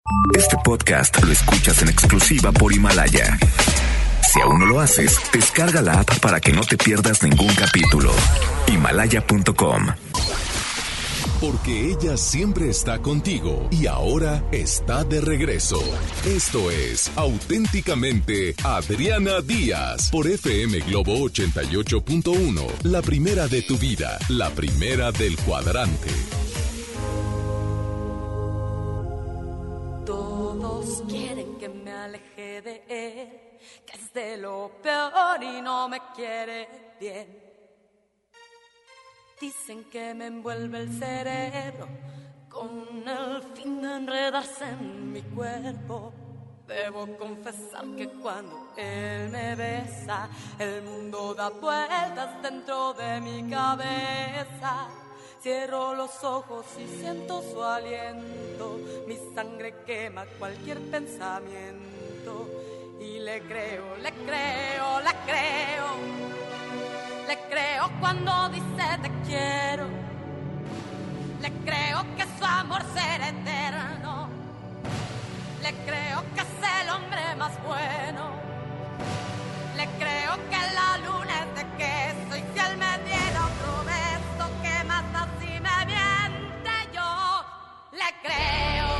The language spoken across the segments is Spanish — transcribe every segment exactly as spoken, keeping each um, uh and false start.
Este podcast lo escuchas en exclusiva por Himalaya. Si aún no lo haces, descarga la app para que no te pierdas ningún capítulo. Himalaya punto com. Porque ella siempre está contigo y ahora está de regreso. Esto es Auténticamente Adriana Díaz por F M Globo ochenta y ocho punto uno. La primera de tu vida, la primera del cuadrante. Todos quieren que me aleje de él, que es de lo peor y no me quiere bien. Dicen que me envuelve el cerebro con el fin de enredarse en mi cuerpo. Debo confesar que cuando él me besa, el mundo da vueltas dentro de mi cabeza. Cierro los ojos y siento su aliento, mi sangre quema cualquier pensamiento. Y le creo, le creo, le creo. Le creo cuando dice te quiero. Le creo que su amor será eterno. Le creo que es el hombre más bueno. Le creo que la luna es de queso. Y si él me diera otro beso, que más así me miente, yo le creo.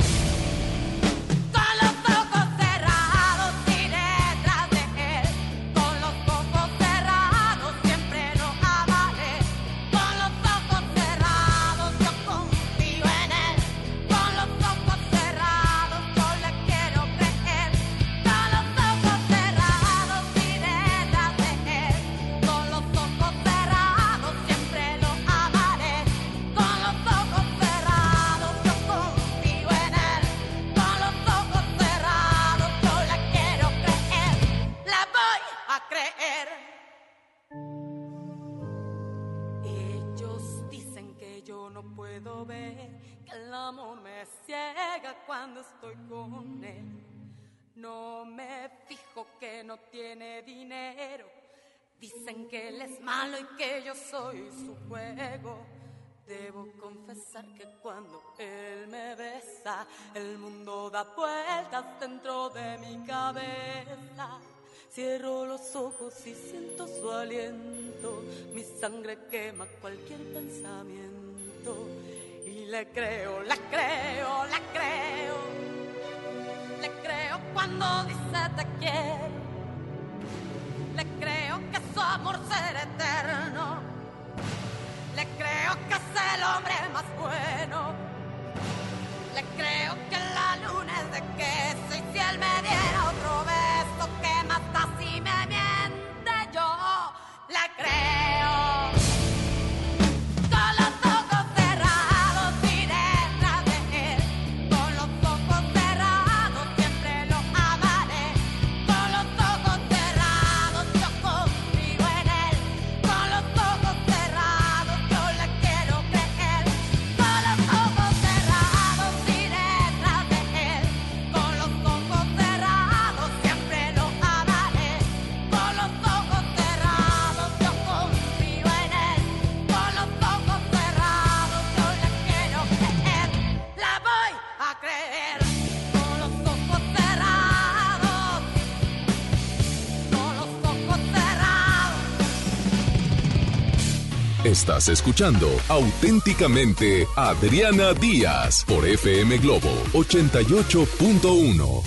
Puedo ver que el amor me ciega cuando estoy con él. No me fijo que no tiene dinero. Dicen que él es malo y que yo soy su juego. Debo confesar que cuando él me besa, el mundo da vueltas dentro de mi cabeza. Cierro los ojos y siento su aliento. Mi sangre quema cualquier pensamiento. Y le creo, le creo, le creo. Le creo cuando dice te quiero. Le creo que su amor será eterno. Le creo que es el hombre más bueno. Le creo que la luna es de queso. Y si él me diera otro beso, que más así me miente, yo le creo. Estás escuchando Auténticamente Adriana Díaz por F M Globo ochenta y ocho punto uno.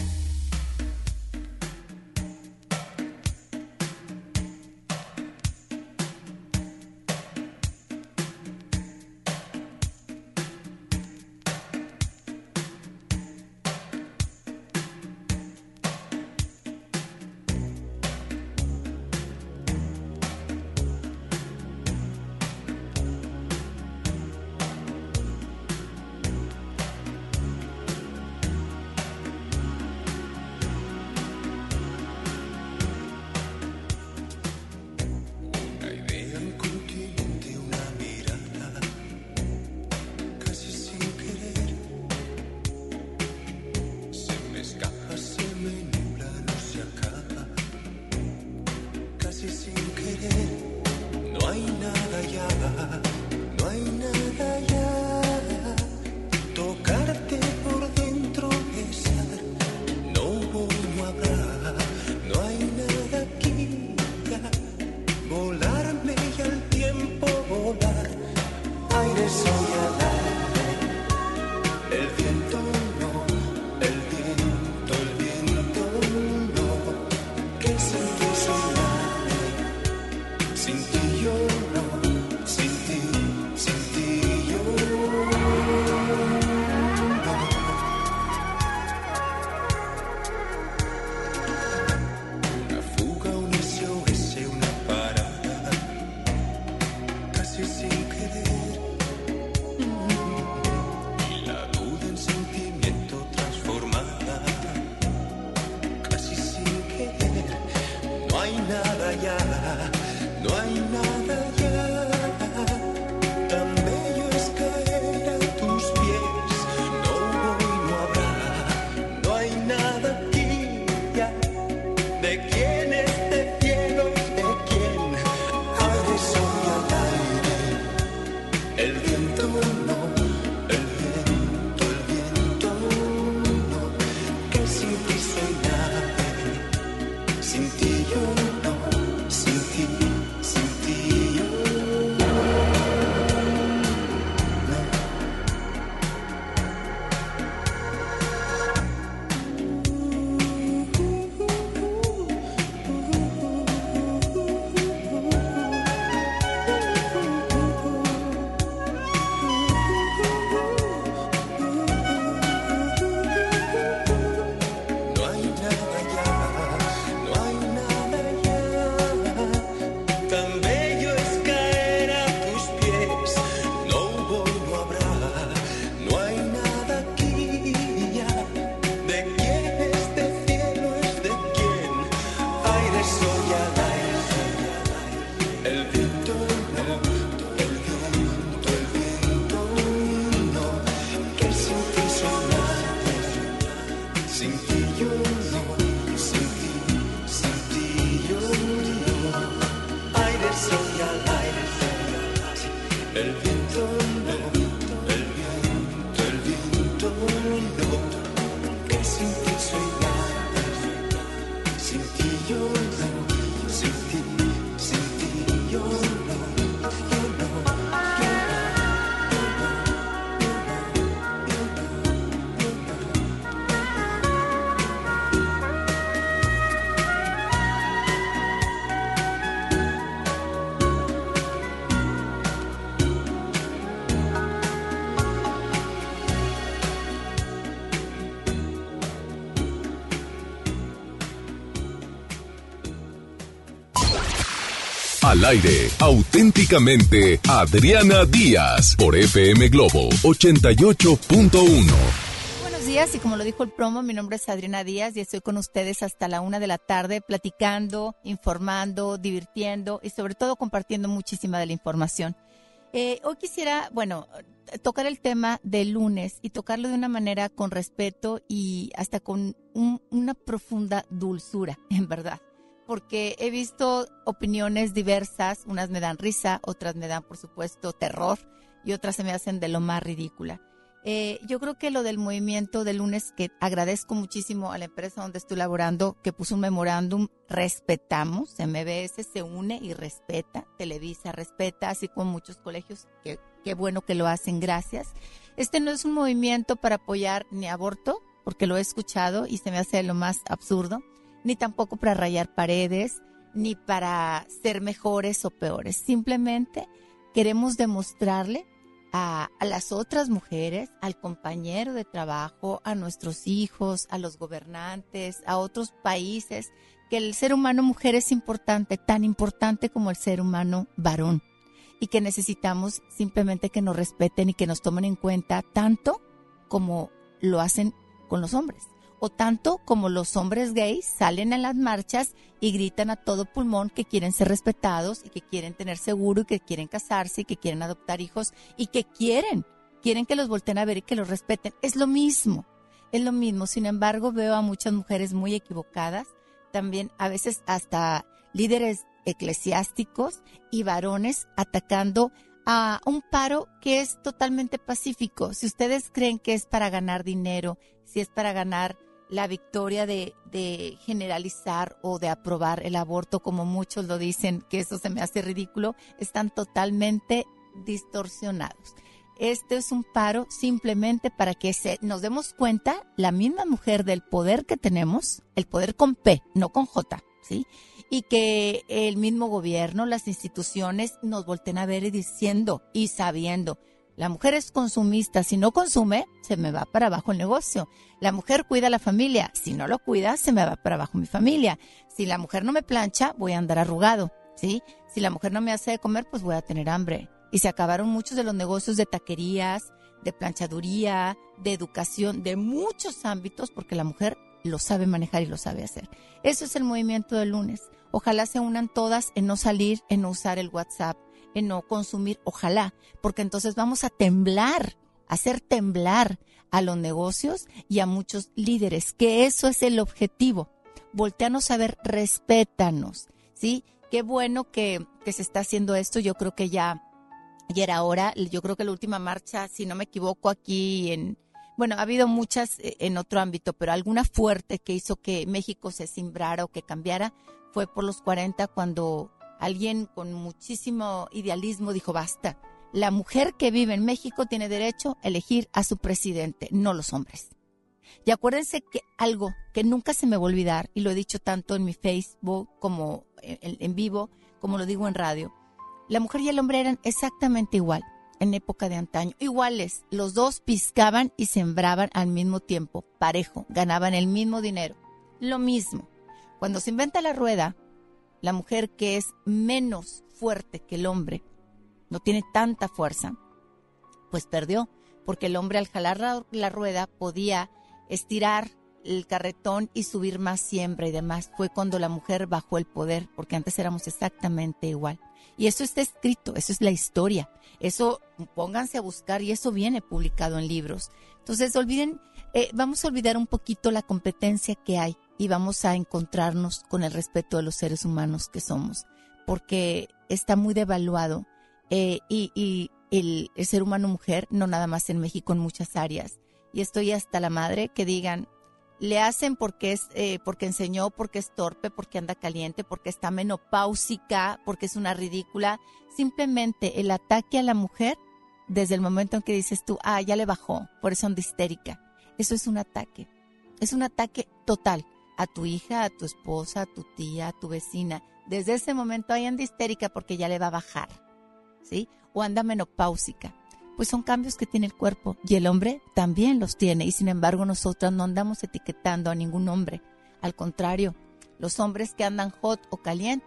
Al aire, auténticamente Adriana Díaz por F M Globo ochenta y ocho punto uno. Buenos días, y como lo dijo el promo, mi nombre es Adriana Díaz y estoy con ustedes hasta la una de la tarde platicando, informando, divirtiendo y sobre todo compartiendo muchísima de la información. Eh, hoy quisiera, bueno, tocar el tema del lunes y tocarlo de una manera con respeto y hasta con un, una profunda dulzura, en verdad. Porque he visto opiniones diversas, unas me dan risa, otras me dan, por supuesto, terror y otras se me hacen de lo más ridícula. Eh, yo creo que lo del movimiento del lunes, que agradezco muchísimo a la empresa donde estoy laborando, que puso un memorándum, respetamos, M B S se une y respeta, Televisa respeta, así como muchos colegios, que qué bueno que lo hacen, gracias. Este no es un movimiento para apoyar ni aborto, porque lo he escuchado y se me hace lo más absurdo, ni tampoco para rayar paredes, ni para ser mejores o peores. Simplemente queremos demostrarle a, a las otras mujeres, al compañero de trabajo, a nuestros hijos, a los gobernantes, a otros países, que el ser humano mujer es importante, tan importante como el ser humano varón, y que necesitamos simplemente que nos respeten y que nos tomen en cuenta tanto como lo hacen con los hombres. O tanto como los hombres gays salen a las marchas y gritan a todo pulmón que quieren ser respetados y que quieren tener seguro y que quieren casarse y que quieren adoptar hijos y que quieren, quieren que los volteen a ver y que los respeten. Es lo mismo, es lo mismo. Sin embargo, veo a muchas mujeres muy equivocadas, también a veces hasta líderes eclesiásticos y varones atacando a un paro que es totalmente pacífico. Si ustedes creen que es para ganar dinero, si es para ganar la victoria de, de generalizar o de aprobar el aborto, como muchos lo dicen, que eso se me hace ridículo, están totalmente distorsionados. Este es un paro simplemente para que se, nos demos cuenta, la misma mujer, del poder que tenemos, el poder con P, no con J, ¿sí? Y que el mismo gobierno, las instituciones nos volteen a ver y diciendo y sabiendo, la mujer es consumista, si no consume, se me va para abajo el negocio. La mujer cuida a la familia, si no lo cuida, se me va para abajo mi familia. Si la mujer no me plancha, voy a andar arrugado, ¿sí? Si la mujer no me hace de comer, pues voy a tener hambre. Y se acabaron muchos de los negocios de taquerías, de planchaduría, de educación, de muchos ámbitos, porque la mujer lo sabe manejar y lo sabe hacer. Eso es el movimiento del lunes. Ojalá se unan todas en no salir, en no usar el WhatsApp, en no consumir, ojalá, porque entonces vamos a temblar, a hacer temblar a los negocios y a muchos líderes, que eso es el objetivo. Volteanos a ver, respétanos, ¿sí? Qué bueno que, que se está haciendo esto. Yo creo que ya, ya era hora. Yo creo que la última marcha, si no me equivoco, aquí en, bueno, ha habido muchas en otro ámbito, pero alguna fuerte que hizo que México se cimbrara o que cambiara fue por los cuarenta, cuando alguien con muchísimo idealismo dijo, basta, la mujer que vive en México tiene derecho a elegir a su presidente, no los hombres. Y acuérdense que algo que nunca se me va a olvidar, y lo he dicho tanto en mi Facebook como en, en vivo, como lo digo en radio, la mujer y el hombre eran exactamente igual en época de antaño, iguales, los dos piscaban y sembraban al mismo tiempo, parejo, ganaban el mismo dinero, lo mismo. Cuando se inventa la rueda, la mujer, que es menos fuerte que el hombre, no tiene tanta fuerza, pues perdió, porque el hombre al jalar la, la rueda podía estirar el carretón y subir más siembra y demás. Fue cuando la mujer bajó el poder, porque antes éramos exactamente igual. Y eso está escrito, eso es la historia. Eso, pónganse a buscar y eso viene publicado en libros. Entonces, olviden, eh, vamos a olvidar un poquito la competencia que hay y vamos a encontrarnos con el respeto de los seres humanos que somos, porque está muy devaluado eh, y, y el, el ser humano mujer, no nada más en México, en muchas áreas. Y estoy hasta la madre que digan, le hacen porque es eh, porque enseñó, porque es torpe, porque anda caliente, porque está menopáusica, porque es una ridícula. Simplemente el ataque a la mujer, desde el momento en que dices tú, ah, ya le bajó, por eso anda histérica. Eso es un ataque, es un ataque total a tu hija, a tu esposa, a tu tía, a tu vecina. Desde ese momento ahí anda histérica porque ya le va a bajar, ¿sí? O anda menopáusica. Pues son cambios que tiene el cuerpo y el hombre también los tiene, y sin embargo nosotras no andamos etiquetando a ningún hombre. Al contrario, los hombres que andan hot o calientes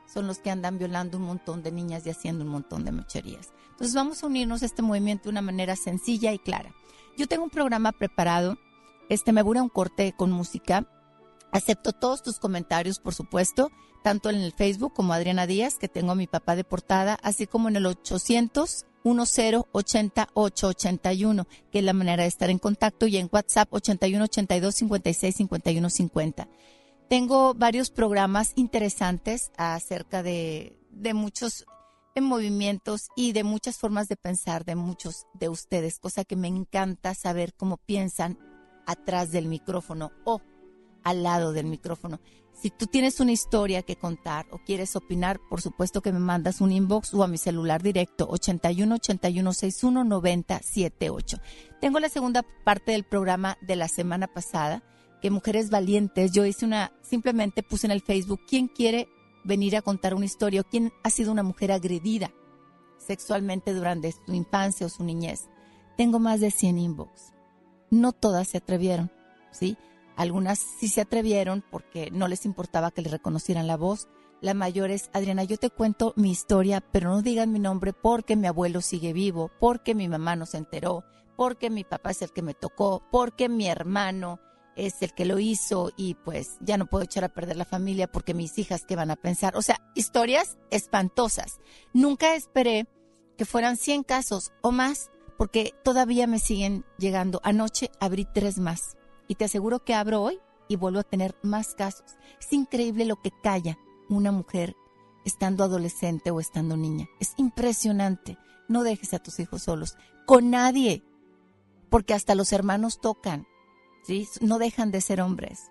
son los que andan violando un montón de niñas y haciendo un montón de mocherías. Entonces vamos a unirnos a este movimiento de una manera sencilla y clara. Yo tengo un programa preparado, este me dura un corte con música. Acepto todos tus comentarios, por supuesto, tanto en el Facebook como Adriana Díaz, que tengo a mi papá de portada, así como en el ochocientos, diez, ochenta, ocho ochenta y uno, que es la manera de estar en contacto, y en WhatsApp ochenta y uno, ochenta y dos, cincuenta y seis, cincuenta y uno, cincuenta. Tengo varios programas interesantes acerca de, de muchos de movimientos y de muchas formas de pensar de muchos de ustedes, cosa que me encanta saber cómo piensan atrás del micrófono o al lado del micrófono. Si tú tienes una historia que contar o quieres opinar, por supuesto que me mandas un inbox o a mi celular directo ochenta y uno, ochenta y uno, sesenta y uno, noventa, setenta y ocho. Tengo la segunda parte del programa de la semana pasada, que Mujeres Valientes, yo hice una, simplemente puse en el Facebook, ¿quién quiere venir a contar una historia o quién ha sido una mujer agredida sexualmente durante su infancia o su niñez? Tengo más de cien inbox. No todas se atrevieron, ¿sí? Algunas sí se atrevieron porque no les importaba que les reconocieran la voz. La mayor es, Adriana, yo te cuento mi historia, pero no digan mi nombre porque mi abuelo sigue vivo, porque mi mamá no se enteró, porque mi papá es el que me tocó, porque mi hermano es el que lo hizo y pues ya no puedo echar a perder la familia porque mis hijas, ¿qué van a pensar? O sea, historias espantosas. Nunca esperé que fueran cien casos o más porque todavía me siguen llegando. Anoche abrí tres más. Y te aseguro que abro hoy y vuelvo a tener más casos. Es increíble lo que calla una mujer estando adolescente o estando niña. Es impresionante. No dejes a tus hijos solos. Con nadie. Porque hasta los hermanos tocan. ¿Sí? No dejan de ser hombres.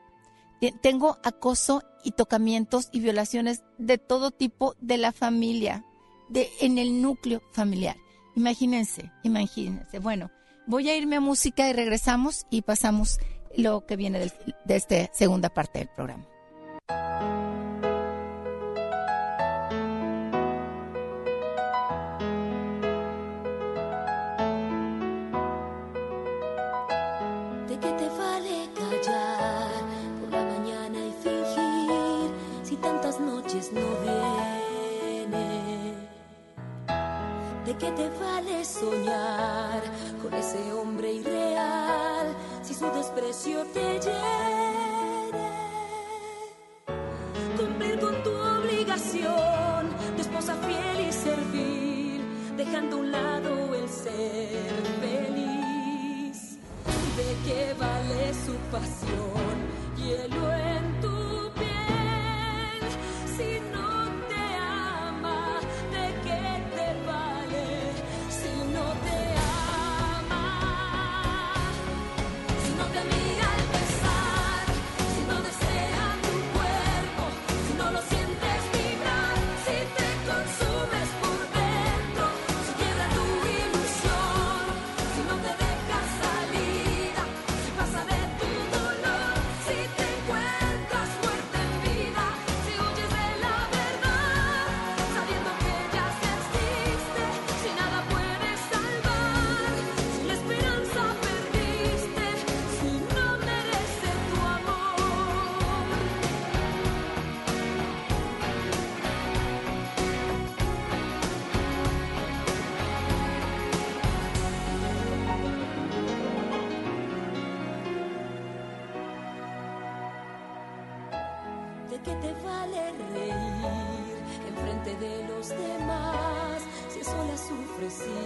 Tengo acoso y tocamientos y violaciones de todo tipo de la familia. De, en el núcleo familiar. Imagínense, imagínense. Bueno, voy a irme a música y regresamos y pasamos lo que viene del, de esta segunda parte del programa. ¿De qué te vale callar por la mañana y fingir si tantas noches no viene? ¿De qué te vale soñar con ese hombre irreal si su desprecio te hiere? Cumplir con tu obligación de esposa fiel y servir, dejando a un lado el ser feliz. ¿De qué vale su pasión, hielo en tu piel, si no te ama? ¿De qué te vale si no te ama? Si no te mira al besar, si no desea tu cuerpo, si no lo sientes vibrar, si te consumes por dentro, si quiebra tu ilusión, si no te dejas salida, si pasa de tu dolor, si te encuentras muerta en vida, si huyes de la verdad, sabiendo que ya se existe, si nada puedes salvar, si la esperanza perdiste, si no merece tu amor. ¿De qué te vale reír enfrente de los demás si sola sufres y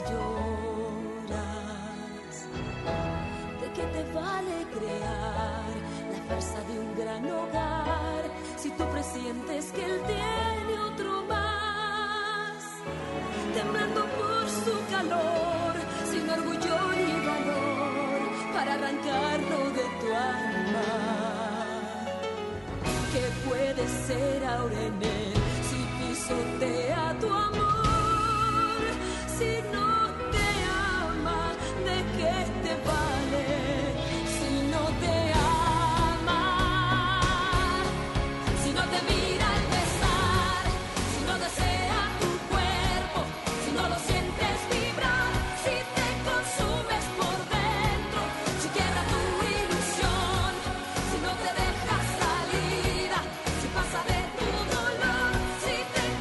lloras? ¿De qué te vale crear la farsa de un gran hogar si tú presientes que él tiene otro más? Temblando por su calor, sin orgullo ni valor para arrancarlo de tu alma. ¿Qué puede ser ahora en él si pisotea tu amor? Si no te ama, ¿de qué te vale? Si no te ama, si no te mira al besar, si no desea tu cuerpo, si no lo sientes vibrar, si te consumes por dentro, si quiebra tu ilusión, si no te dejas salida, si pasa de tu dolor, si te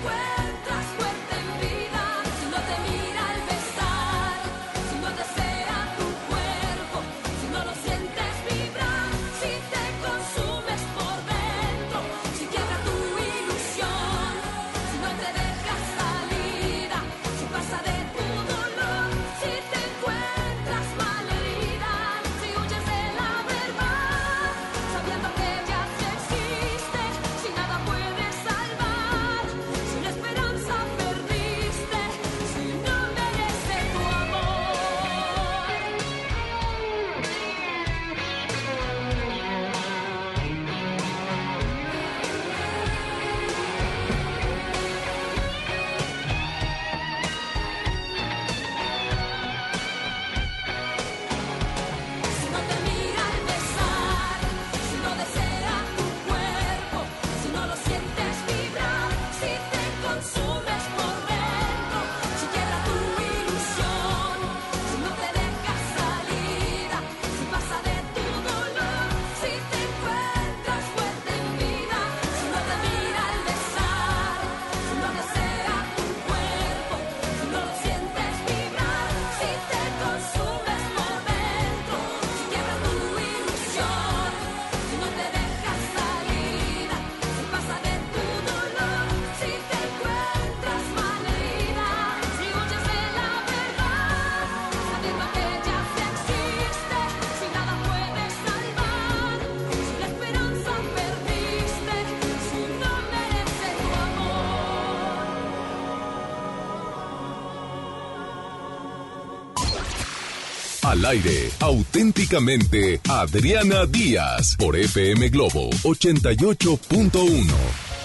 Al aire, auténticamente, Adriana Díaz, por F M Globo ochenta y ocho punto uno.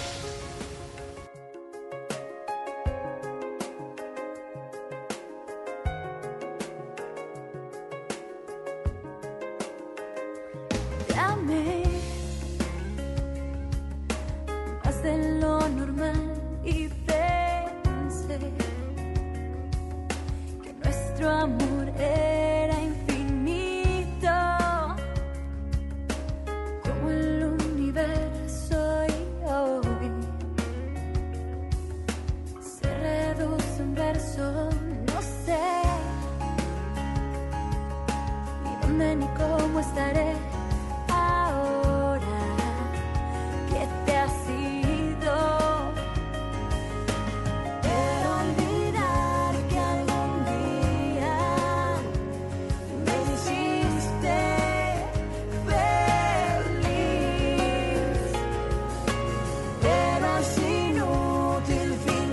Te amé más de lo normal y pensé que nuestro amor era infinito, como el universo, y hoy se reduce en verso. No sé ni dónde ni cómo estaré ahora que te has ido. Pero olvidar que algún día me hiciste feliz. Pero es inútil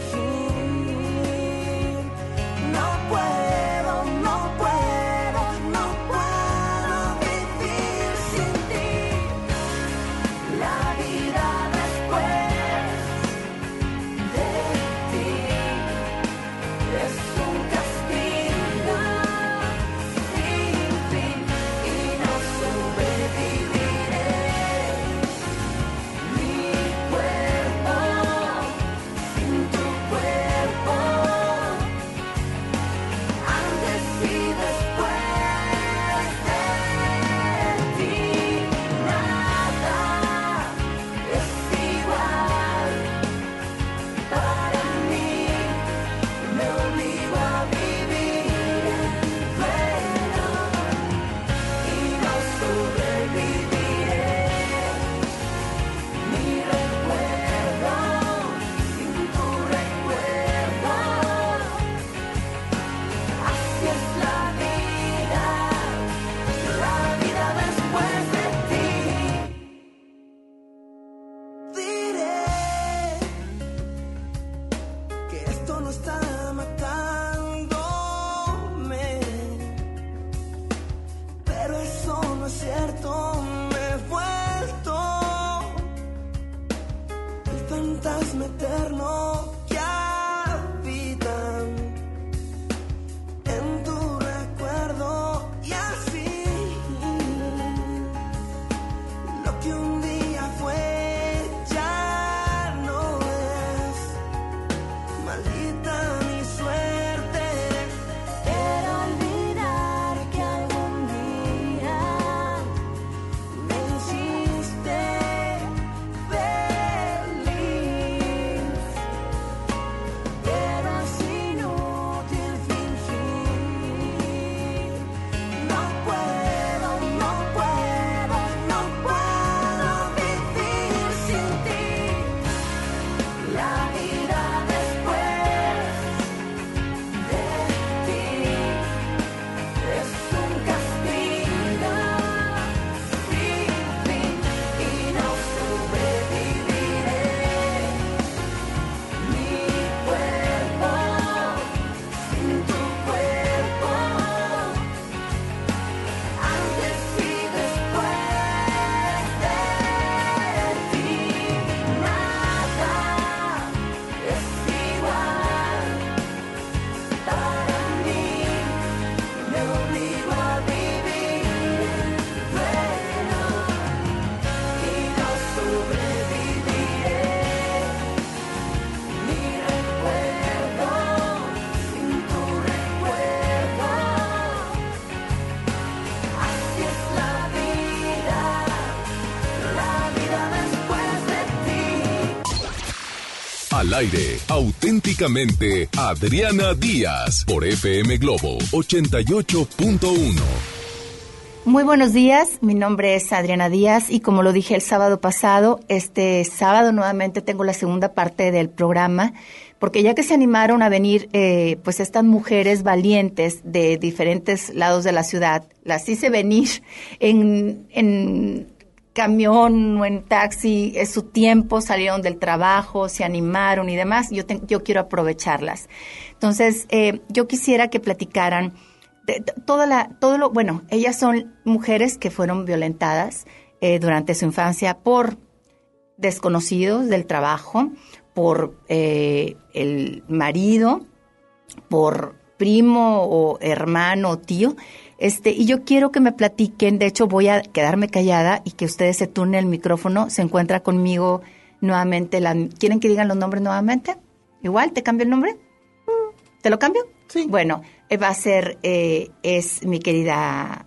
fingir. No puedo, no puedo, no puedo vivir sin ti. La vida después de ti es un castigo sin fin y no sobreviviré. Mi cuerpo sin tu cuerpo, antes y después de ti, nada es igual. Para mí me obligo a vivir en duelo y no sobreviviré. Mi recuerdo sin tu recuerdo, así es la vida, la vida después de ti. Diré que esto no está matándome, pero eso no es cierto. Me he vuelto el fantasma eterno que habita en tu recuerdo, y así lo que un día fue ya no es. Maldita mi suerte. Quiero olvidar que algún día me hiciste feliz. Pero es inútil fingir. No puedo, no puedo, no puedo vivir sin ti. La vida después de ti es un castigo sin fin y no sobreviviré. Mi cuerpo sin tu cuerpo, antes y después de ti, nada es igual. Para mí me obligo a vivir en duelo y no sobreviviré. Mi recuerdo sin tu recuerdo, así es la vida, la vida después de ti. Al aire, auténticamente, Adriana Díaz, por F M Globo ochenta y ocho punto uno. Muy buenos días, mi nombre es Adriana Díaz y como lo dije el sábado pasado, este sábado nuevamente tengo la segunda parte del programa, porque ya que se animaron a venir eh, pues estas mujeres valientes de diferentes lados de la ciudad, las hice venir en, en camión o en taxi, es su tiempo, salieron del trabajo, se animaron y demás, yo, te, yo quiero aprovecharlas. Entonces, eh, yo quisiera que platicaran de, de, toda la, todo lo, bueno, ellas son mujeres que fueron violentadas eh, durante su infancia por desconocidos del trabajo, por eh, el marido, por primo o hermano o tío. Este, y yo quiero que me platiquen, de hecho voy a quedarme callada y que ustedes se turnen el micrófono. Se encuentra conmigo nuevamente. La, ¿quieren que digan los nombres nuevamente? Igual, ¿te cambio el nombre? ¿Te lo cambio? Sí. Bueno, eh, va a ser, eh, es mi querida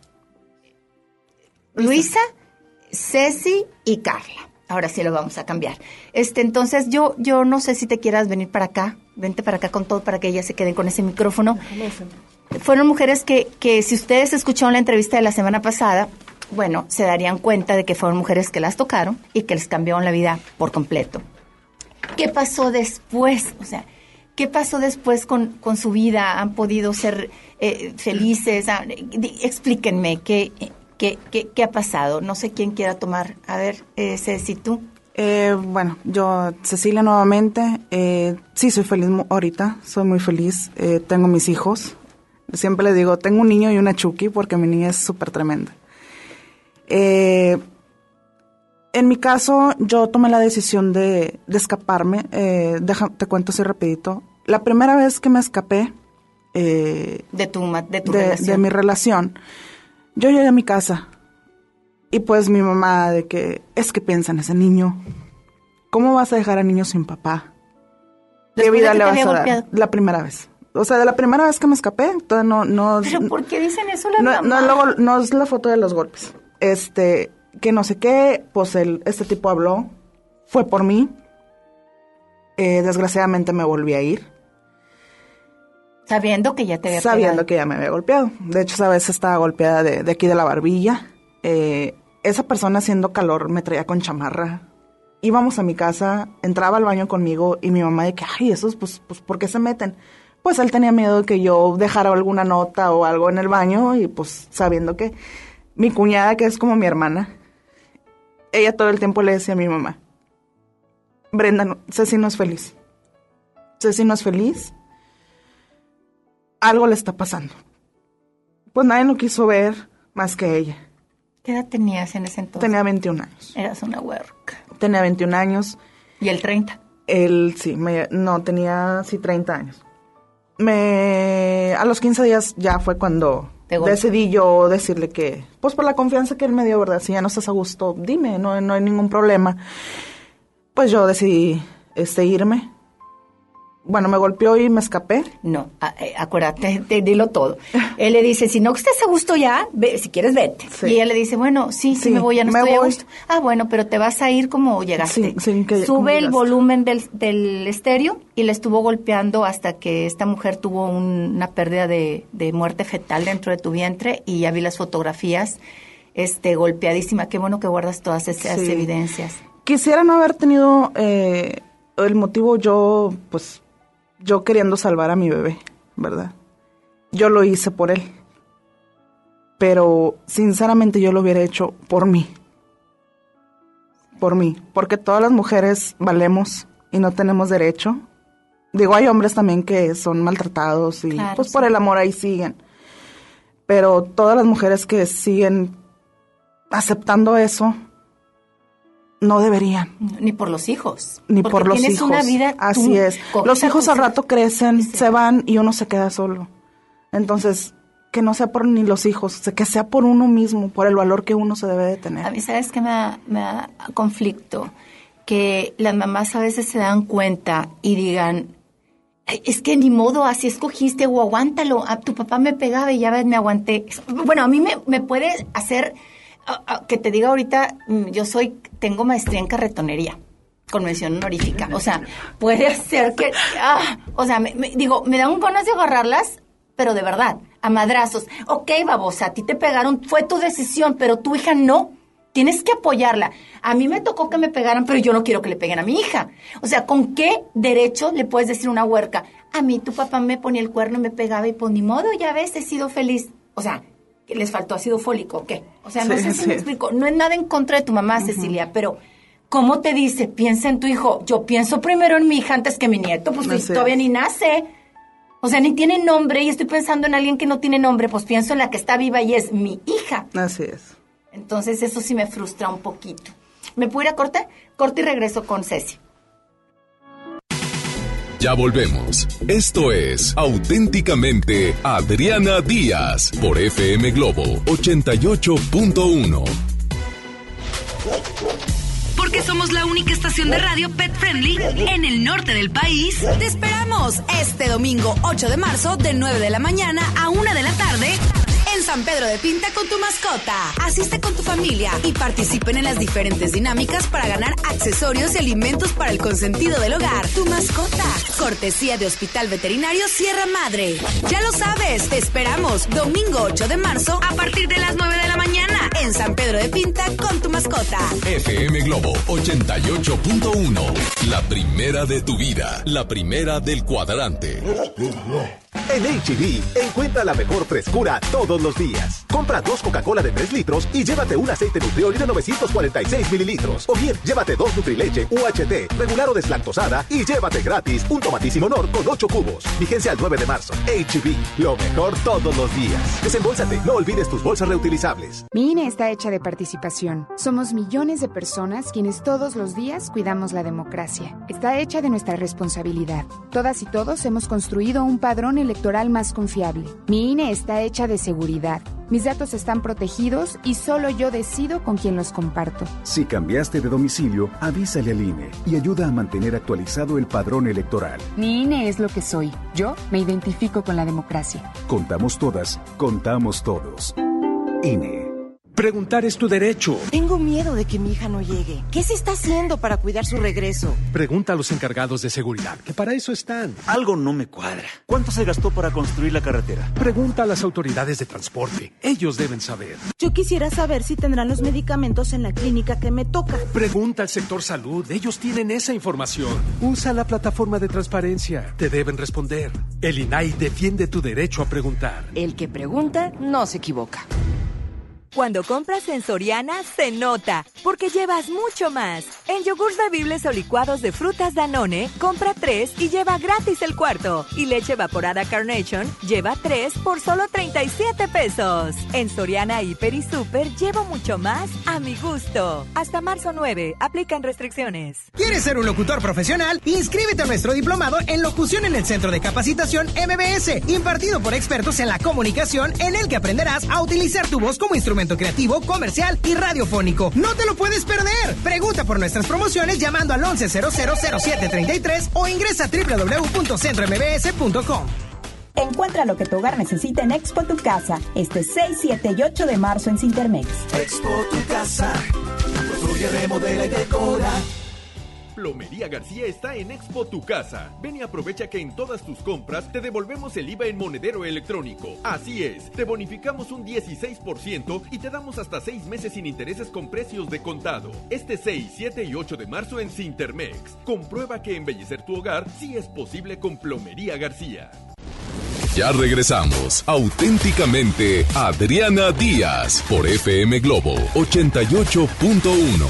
Luisa, Ceci y Carla. Ahora sí lo vamos a cambiar. Este, entonces yo, yo no sé si te quieras venir para acá. Vente para acá con todo para que ellas se queden con ese micrófono. Fueron mujeres que, que si ustedes escucharon la entrevista de la semana pasada, bueno, se darían cuenta de que fueron mujeres que las tocaron y que les cambiaron la vida por completo. ¿Qué pasó después? O sea, ¿qué pasó después con, con su vida? ¿Han podido ser eh, felices? Ah, di- explíquenme, ¿qué, qué, qué, ¿qué ha pasado? No sé quién quiera tomar. A ver, eh, Ceci, tú. Eh, bueno, yo, Cecilia, nuevamente, eh, sí soy feliz mu- ahorita, soy muy feliz, eh, tengo mis hijos. Siempre les digo, tengo un niño y una Chucky porque mi niña es súper tremenda. Eh, en mi caso, yo tomé la decisión de, de escaparme. Eh, deja, te cuento así rapidito. La primera vez que me escapé eh, De tu, ma- de tu de, relación. de mi relación, yo llegué a mi casa y pues mi mamá de que, es que piensa en ese niño. ¿Cómo vas a dejar al niño sin papá? ¿Qué Después de vida que le te vas había a golpeado. dar? La primera vez. O sea, de la primera vez que me escapé, todavía no... no ¿Pero por qué dicen eso la no, mamá? no, luego, no es la foto de los golpes. Este, que no sé qué, pues el, este tipo habló, fue por mí. Eh, desgraciadamente me volví a ir, Sabiendo que ya te había sabiendo pegado. que ya me había golpeado. De hecho, esa vez estaba golpeada de, de aquí de la barbilla. Eh, esa persona haciendo calor me traía con chamarra. Íbamos a mi casa, entraba al baño conmigo y mi mamá de que, ay, esos, pues, pues, ¿por qué se meten? Pues él tenía miedo de que yo dejara alguna nota o algo en el baño y pues sabiendo que mi cuñada, que es como mi hermana, ella todo el tiempo le decía a mi mamá, Brenda, no, Ceci no es feliz. Ceci no es feliz. Algo le está pasando. Pues nadie lo quiso ver más que ella. ¿Qué edad tenías en ese entonces? Tenía veintiún años. Eras una huerca. Tenía veintiún años. ¿Y el treinta? Él sí, me, no, tenía sí treinta años. Me, a los quince días ya fue cuando Te golpeó. decidí yo decirle que, pues por la confianza que él me dio, ¿verdad? Si ya no estás a gusto, dime, no, no hay ningún problema. Pues yo decidí este, irme. Bueno, me golpeó y me escapé. No, a- eh, acuérdate, te, dilo todo. Él le dice, si no estás a gusto ya, ve, si quieres vete. Sí. Y ella le dice, bueno, sí, sí, Sí, me voy, ya no me estoy a voy. gusto. Ah, bueno, pero te vas a ir como llegaste. Sin- sin que- como Sube el llegaste. volumen del, del estéreo y le estuvo golpeando hasta que esta mujer tuvo un- una pérdida de, de muerte fetal dentro de tu vientre y ya vi las fotografías, este, golpeadísima. Qué bueno que guardas todas esas Sí. evidencias. Quisiera no haber tenido eh, el motivo yo, pues, yo queriendo salvar a mi bebé, ¿verdad? Yo lo hice por él. Pero, sinceramente, yo lo hubiera hecho por mí. Por mí. Porque todas las mujeres valemos y no tenemos derecho. Digo, hay hombres también que son maltratados y, Claro, pues, sí. por el amor ahí siguen. Pero todas las mujeres que siguen aceptando eso, no deberían. Ni por los hijos. Ni Porque por los tienes hijos. una vida, Así tú es. coges Los a hijos tus al rato crecen, Sí. se van y uno se queda solo. Entonces, que no sea por ni los hijos, que sea por uno mismo, por el valor que uno se debe de A tener. mí, ¿sabes qué me da, me da conflicto? Que las mamás a veces se dan cuenta y digan, "Ay, es que ni modo, así escogiste o aguántalo. A tu papá me pegaba y ya ves, me aguanté." Bueno, a mí me, me puede hacer ah, ah, que te diga ahorita, mm, yo soy, tengo maestría en carretonería con mención honorífica. O sea, puede ser que, ah, o sea, me, me- digo, me da un ganas de agarrarlas, pero de verdad, a madrazos. Ok, babosa, a ti te pegaron, fue tu decisión, pero tu hija no. Tienes que apoyarla. A mí me tocó que me pegaran, pero yo no quiero que le peguen a mi hija. O sea, ¿con qué derecho le puedes decir a una huerca? A mí tu papá me ponía el cuerno y me pegaba y pues ni modo, ya ves, he sido feliz. O sea, ¿que les faltó ácido fólico o qué? O sea, no Sí, sé si sí. me explico. No es nada en contra de tu mamá, Cecilia, pero ¿cómo te dice? Piensa en tu hijo. Yo pienso primero en mi hija antes que mi nieto, pues Así todavía es. ni nace. O sea, ni tiene nombre y estoy pensando en alguien que no tiene nombre, pues pienso en la que está viva y es mi hija. Así es. Entonces eso sí me frustra un poquito. ¿Me puedo ir a corte? Corte y regreso con Ceci. Ya volvemos. Esto es Auténticamente Adriana Díaz por F M Globo ochenta y ocho punto uno. Porque somos la única estación de radio pet friendly en el norte del país. Te esperamos este domingo ocho de marzo de nueve de la mañana a una de la tarde en San Pedro de Pinta con tu mascota. Asiste con tu familia y participen en las diferentes dinámicas para ganar accesorios y alimentos para el consentido del hogar. Tu mascota. Cortesía de Hospital Veterinario Sierra Madre. Ya lo sabes, te esperamos domingo ocho de marzo a partir de las nueve de la mañana en San Pedro de Pinta con tu mascota. F M Globo ochenta y ocho punto uno. La primera de tu vida. La primera del cuadrante. En H E B, encuentra la mejor frescura todos los días. Compra dos Coca-Cola de tres litros y llévate un aceite Nutrioli de novecientos cuarenta y seis mililitros. O bien, llévate dos Nutrileche U H T, regular o deslactosada, y llévate gratis un Tomatísimo Honor con ocho cubos. Vigencia al nueve de marzo. H E B, lo mejor todos los días. Desembolsate, no olvides tus bolsas reutilizables. Mi I N E está hecha de participación. Somos millones de personas quienes todos los días cuidamos la democracia. Está hecha de nuestra responsabilidad. Todas y todos hemos construido un padrón electoral más confiable. Mi I N E está hecha de seguridad. Mis datos están protegidos y solo yo decido con quién los comparto. Si cambiaste de domicilio, avísale al I N E y ayuda a mantener actualizado el padrón electoral. Mi I N E es lo que soy. Yo me identifico con la democracia. Contamos todas, contamos todos. I N E. Preguntar es tu derecho. Tengo miedo de que mi hija no llegue. ¿Qué se está haciendo para cuidar su regreso? Pregunta a los encargados de seguridad, que para eso están. Algo no me cuadra. ¿Cuánto se gastó para construir la carretera? Pregunta a las autoridades de transporte. Ellos deben saber. Yo quisiera saber si tendrán los medicamentos en la clínica que me toca. Pregunta al sector salud. Ellos tienen esa información. Usa la plataforma de transparencia. Te deben responder. El I N A I defiende tu derecho a preguntar. El que pregunta no se equivoca. Cuando compras en Soriana, se nota, porque llevas mucho más. En yogurts bebibles o licuados de frutas Danone, compra tres y lleva gratis el cuarto. Y leche evaporada Carnation, lleva tres por solo treinta y siete pesos. En Soriana, Hiper y Super, llevo mucho más a mi gusto. Hasta marzo nueve, aplican restricciones. ¿Quieres ser un locutor profesional? Inscríbete a nuestro diplomado en locución en el Centro de Capacitación M B S, impartido por expertos en la comunicación, en el que aprenderás a utilizar tu voz como instrumento creativo, comercial y radiofónico. ¡No te lo puedes perder! Pregunta por nuestras promociones llamando al once cero cero cero siete treinta y tres o ingresa a doble u doble u doble u punto centro m b s punto com. Encuentra lo que tu hogar necesita en Expo Tu Casa, este seis, siete y ocho de marzo en Cintermex. Expo Tu Casa, construye, remodela y decora. Plomería García está en Expo Tu Casa. Ven y aprovecha que en todas tus compras te devolvemos el I V A en monedero electrónico. Así es, te bonificamos un dieciséis por ciento y te damos hasta seis meses sin intereses con precios de contado. Este seis, siete y ocho de marzo en Cintermex. Comprueba que embellecer tu hogar sí es posible con Plomería García. Ya regresamos. Auténticamente Adriana Díaz por F M Globo ochenta y ocho punto uno.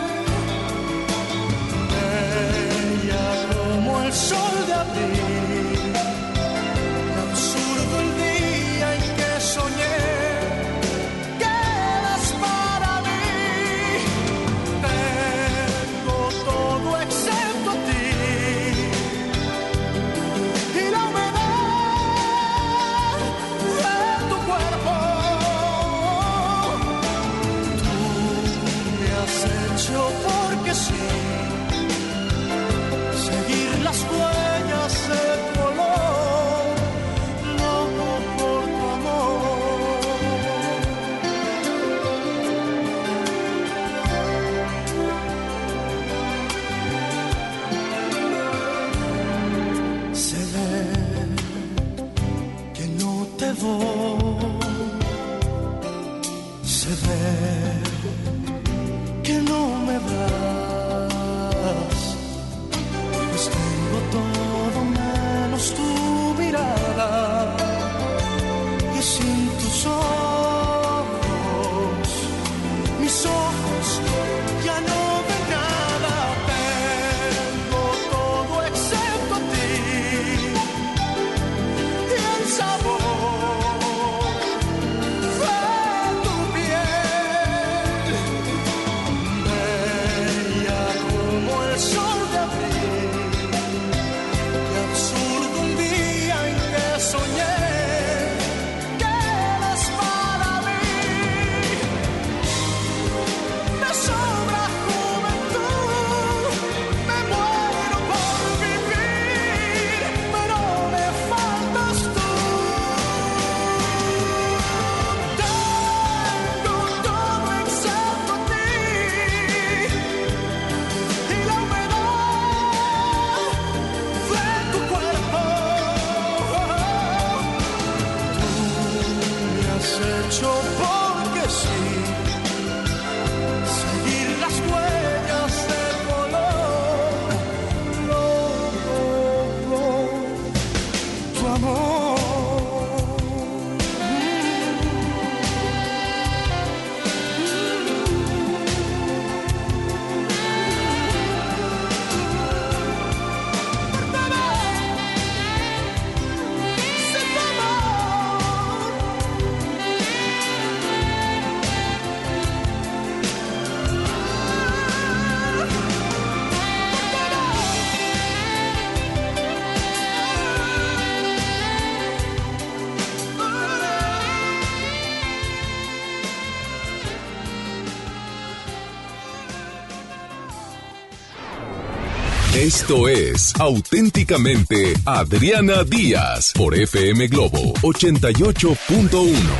Sol de abril. que no me das, pues tengo todo menos tu mirada, y sin tus ojos, mis ojos ya no ven nada. Tengo todo excepto a ti y el sabor de tu piel, bella como el sol de abril. Qué absurdo un día en que soñé que eras para mí. Me sobra juventud, me muero por vivir, pero me faltas tú. Tengo todo excepto a ti y la humedad de tu cuerpo. Tú me has hecho porque sí seguir las huellas del color, loco, tu amor. Esto es Auténticamente Adriana Díaz por F M Globo ochenta y ocho punto uno.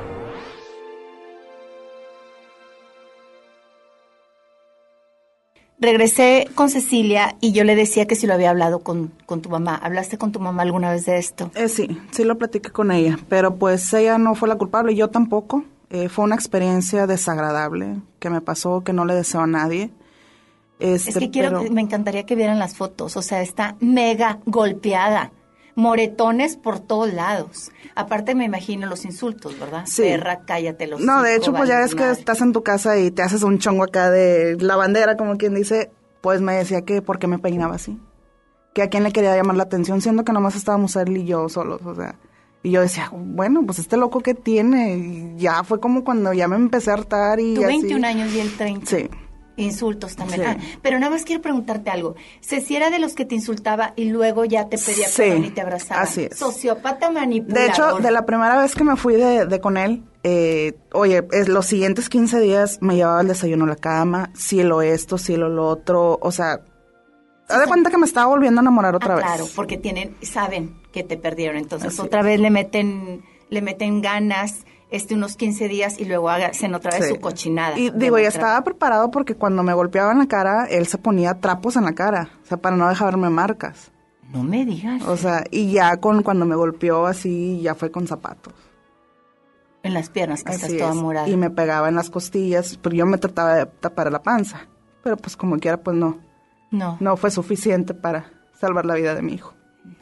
Regresé con Cecilia y yo le decía que si lo había hablado con, con tu mamá. ¿Hablaste con tu mamá alguna vez de esto? Eh, sí, sí lo platiqué con ella, pero pues ella no fue la culpable, yo tampoco. Eh, fue una experiencia desagradable que me pasó, que no le deseo a nadie. Este, es que quiero, pero... me encantaría que vieran las fotos. O sea, está mega golpeada, moretones por todos lados. Aparte me imagino los insultos, ¿verdad? Sí. Perra, cállate los. No, de hecho, pues ya es que estás en tu casa y te haces un chongo acá de la bandera, como quien dice. Pues me decía que por qué me peinaba así, que a quién le quería llamar la atención, siendo que nomás estábamos él y yo solos, o sea. Y yo decía, bueno, pues este loco que tiene. Y ya fue como cuando ya me empecé a hartar y Tú así. veintiún años y él treinta. Sí. Insultos también. Sí. Ah, pero nada más quiero preguntarte algo. ¿Ceci era de los que te insultaba y luego ya te pedía Sí, perdón y te abrazaba? así es. Sociópata manipulador. De hecho, de la primera vez que me fui de, de con él, eh, oye, es, los siguientes quince días me llevaba el desayuno a la cama, cielo esto, cielo lo otro, o sea, haz de cuenta que me estaba volviendo a enamorar otra Ah, vez. claro, porque tienen, saben que te perdieron, entonces Así otra es. vez le meten, le meten ganas, este, unos quince días y luego hacen otra vez Sí. su cochinada. Y de digo, ya otra- estaba preparado porque cuando me golpeaba en la cara, él se ponía trapos en la cara, o sea, para no dejarme marcas. No me digas. O sea, y ya con cuando me golpeó así, ya fue con zapatos. En las piernas, que estás Así toda es. morada. Y me pegaba en las costillas, pero yo me trataba de tapar la panza. Pero pues como quiera, pues no. No. No fue suficiente para salvar la vida de mi hijo.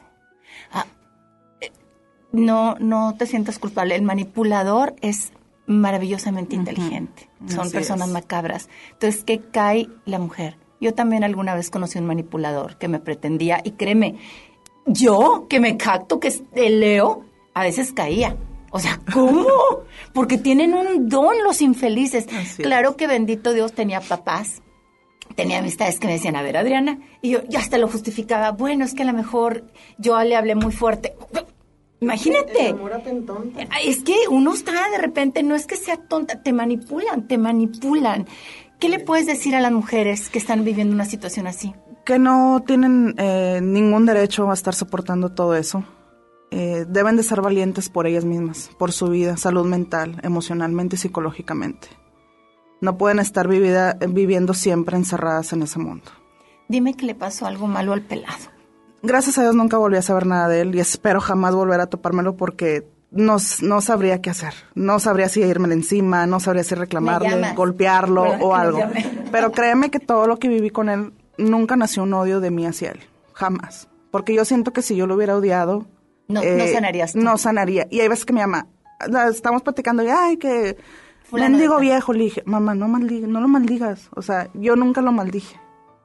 No, no te sientas culpable. El manipulador es maravillosamente inteligente. Son Así personas es. macabras. Entonces, ¿qué cae la mujer? Yo también alguna vez conocí un manipulador que me pretendía, y créeme, yo que me cacto, que es de Leo, a veces caía. O sea, ¿cómo? Porque tienen un don los infelices. Así Claro es. que bendito Dios tenía papás, tenía amistades que me decían, a ver, Adriana, y yo ya hasta lo justificaba. Bueno, es que a lo mejor yo le hablé muy fuerte. Imagínate. Enamórate entonces. Es que uno está de repente, no es que sea tonta, te manipulan, te manipulan. ¿Qué le puedes decir a las mujeres que están viviendo una situación así? Que no tienen eh, ningún derecho a estar soportando todo eso. Eh, deben de ser valientes por ellas mismas, por su vida, salud mental, emocionalmente y psicológicamente. No pueden estar vivida, viviendo siempre encerradas en ese mundo. Dime que le pasó algo malo al pelado. Gracias a Dios nunca volví a saber nada de él y espero jamás volver a topármelo porque no, no sabría qué hacer. No sabría si irme de encima, no sabría si reclamarle, golpearlo o algo. Pero créeme que todo lo que viví con él, nunca nació un odio de mí hacia él. Jamás. Porque yo siento que si yo lo hubiera odiado... No, eh, no sanarías tú. No sanaría. Y hay veces que mi mamá, estamos platicando y, ay, que... Mendigo viejo, le dije, mamá, no maldigas, no lo maldigas. O sea, yo nunca lo maldije.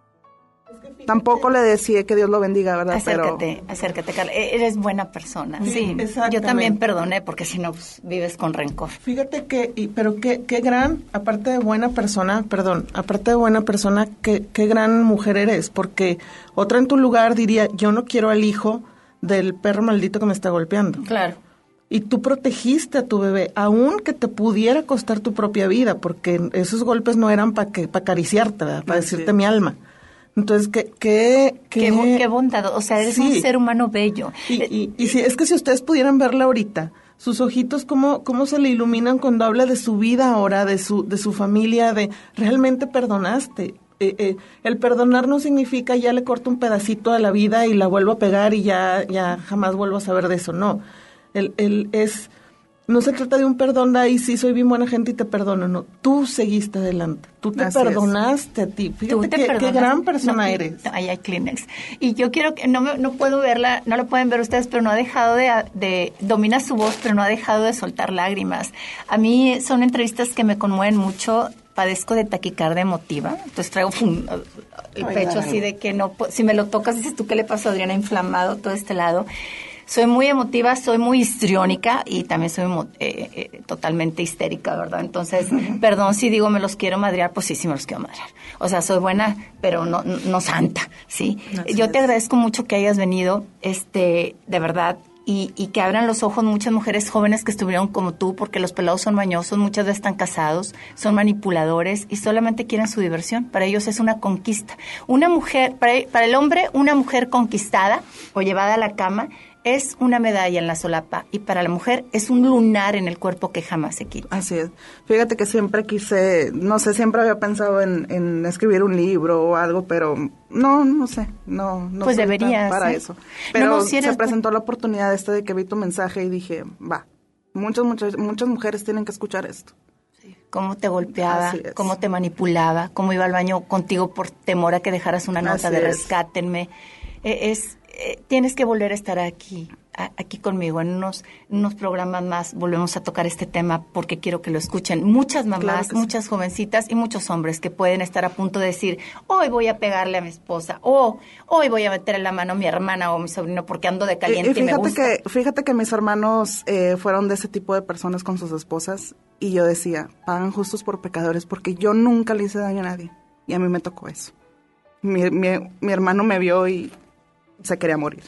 Tampoco le decía que Dios lo bendiga, ¿verdad? Acércate, Pero... acércate, Carla. Eres buena persona. Sí, Yo también perdoné porque si no pues, vives con rencor. Fíjate que, y, pero qué, qué gran, aparte de buena persona, perdón, aparte de buena persona, qué, qué gran mujer eres, porque otra en tu lugar diría, yo no quiero al hijo del perro maldito que me está golpeando. Claro. Y tú protegiste a tu bebé, aun que te pudiera costar tu propia vida, porque esos golpes no eran para que para acariciarte, ¿verdad? Para decirte mi alma. Entonces, ¿qué? Qué, qué, qué, qué bondad, o sea, eres sí. un ser humano bello. Y, y, y si, es que si ustedes pudieran verla ahorita, sus ojitos, cómo, cómo se le iluminan cuando habla de su vida ahora, de su, de su familia, de realmente perdonaste. Eh, eh, el perdonar no significa ya le corto un pedacito a la vida y la vuelvo a pegar y ya, ya jamás vuelvo a saber de eso, no. El, el es, no se trata de un perdón, ahí sí soy bien buena gente y te perdono, no, tú seguiste adelante, tú te Así perdonaste es. a ti, fíjate te qué, qué gran persona no, eres. Ahí hay Kleenex. Y yo quiero que, no me, no puedo verla, no lo pueden ver ustedes, pero no ha dejado de, de, domina su voz, pero no ha dejado de soltar lágrimas. A mí son entrevistas que me conmueven mucho. Padezco de taquicardia emotiva, entonces traigo pum, el Ay, pecho ay. así de que no, si me lo tocas dices tú, ¿qué le pasó a Adriana? Inflamado todo este lado. Soy muy emotiva, soy muy histriónica y también soy eh, eh, totalmente histérica, ¿verdad? Entonces, perdón si digo me los quiero madrear, pues sí, sí me los quiero madrear. O sea, soy buena, pero no, no santa, ¿sí? Así Yo es. te agradezco mucho que hayas venido, este, de verdad, y, y que abran los ojos muchas mujeres jóvenes que estuvieron como tú, porque los pelados son mañosos, muchas veces están casados, son manipuladores y solamente quieren su diversión. Para ellos es una conquista. Una mujer, para, para el hombre, una mujer conquistada o llevada a la cama es una medalla en la solapa y para la mujer es un lunar en el cuerpo que jamás se quita. Así es. Fíjate que siempre quise, no sé, siempre había pensado en, en escribir un libro o algo, pero no, no sé, no, no Pues soy deberías, tan para ¿eh? eso. Pero No, no, si eres se presentó la oportunidad esta de que vi tu mensaje y dije, va, muchas, muchas, muchas mujeres tienen que escuchar esto. Cómo te golpeaba, Así es. cómo te manipulaba, cómo iba al baño contigo por temor a que dejaras una nota Así de es. rescátenme. Eh, es eh, tienes que volver a estar aquí, a- aquí conmigo. En unos, en unos programas más volvemos a tocar este tema porque quiero que lo escuchen muchas mamás, Claro que sí. muchas jovencitas y muchos hombres que pueden estar a punto de decir, hoy voy a pegarle a mi esposa, o hoy voy a meterle la mano a mi hermana o a mi sobrino porque ando de caliente Y, y, y me fíjate gusta. que fíjate que mis hermanos eh, fueron de ese tipo de personas con sus esposas y yo decía, pagan justos por pecadores porque yo nunca le hice daño a nadie y a mí me tocó eso. Mi, mi, mi hermano me vio y se quería morir.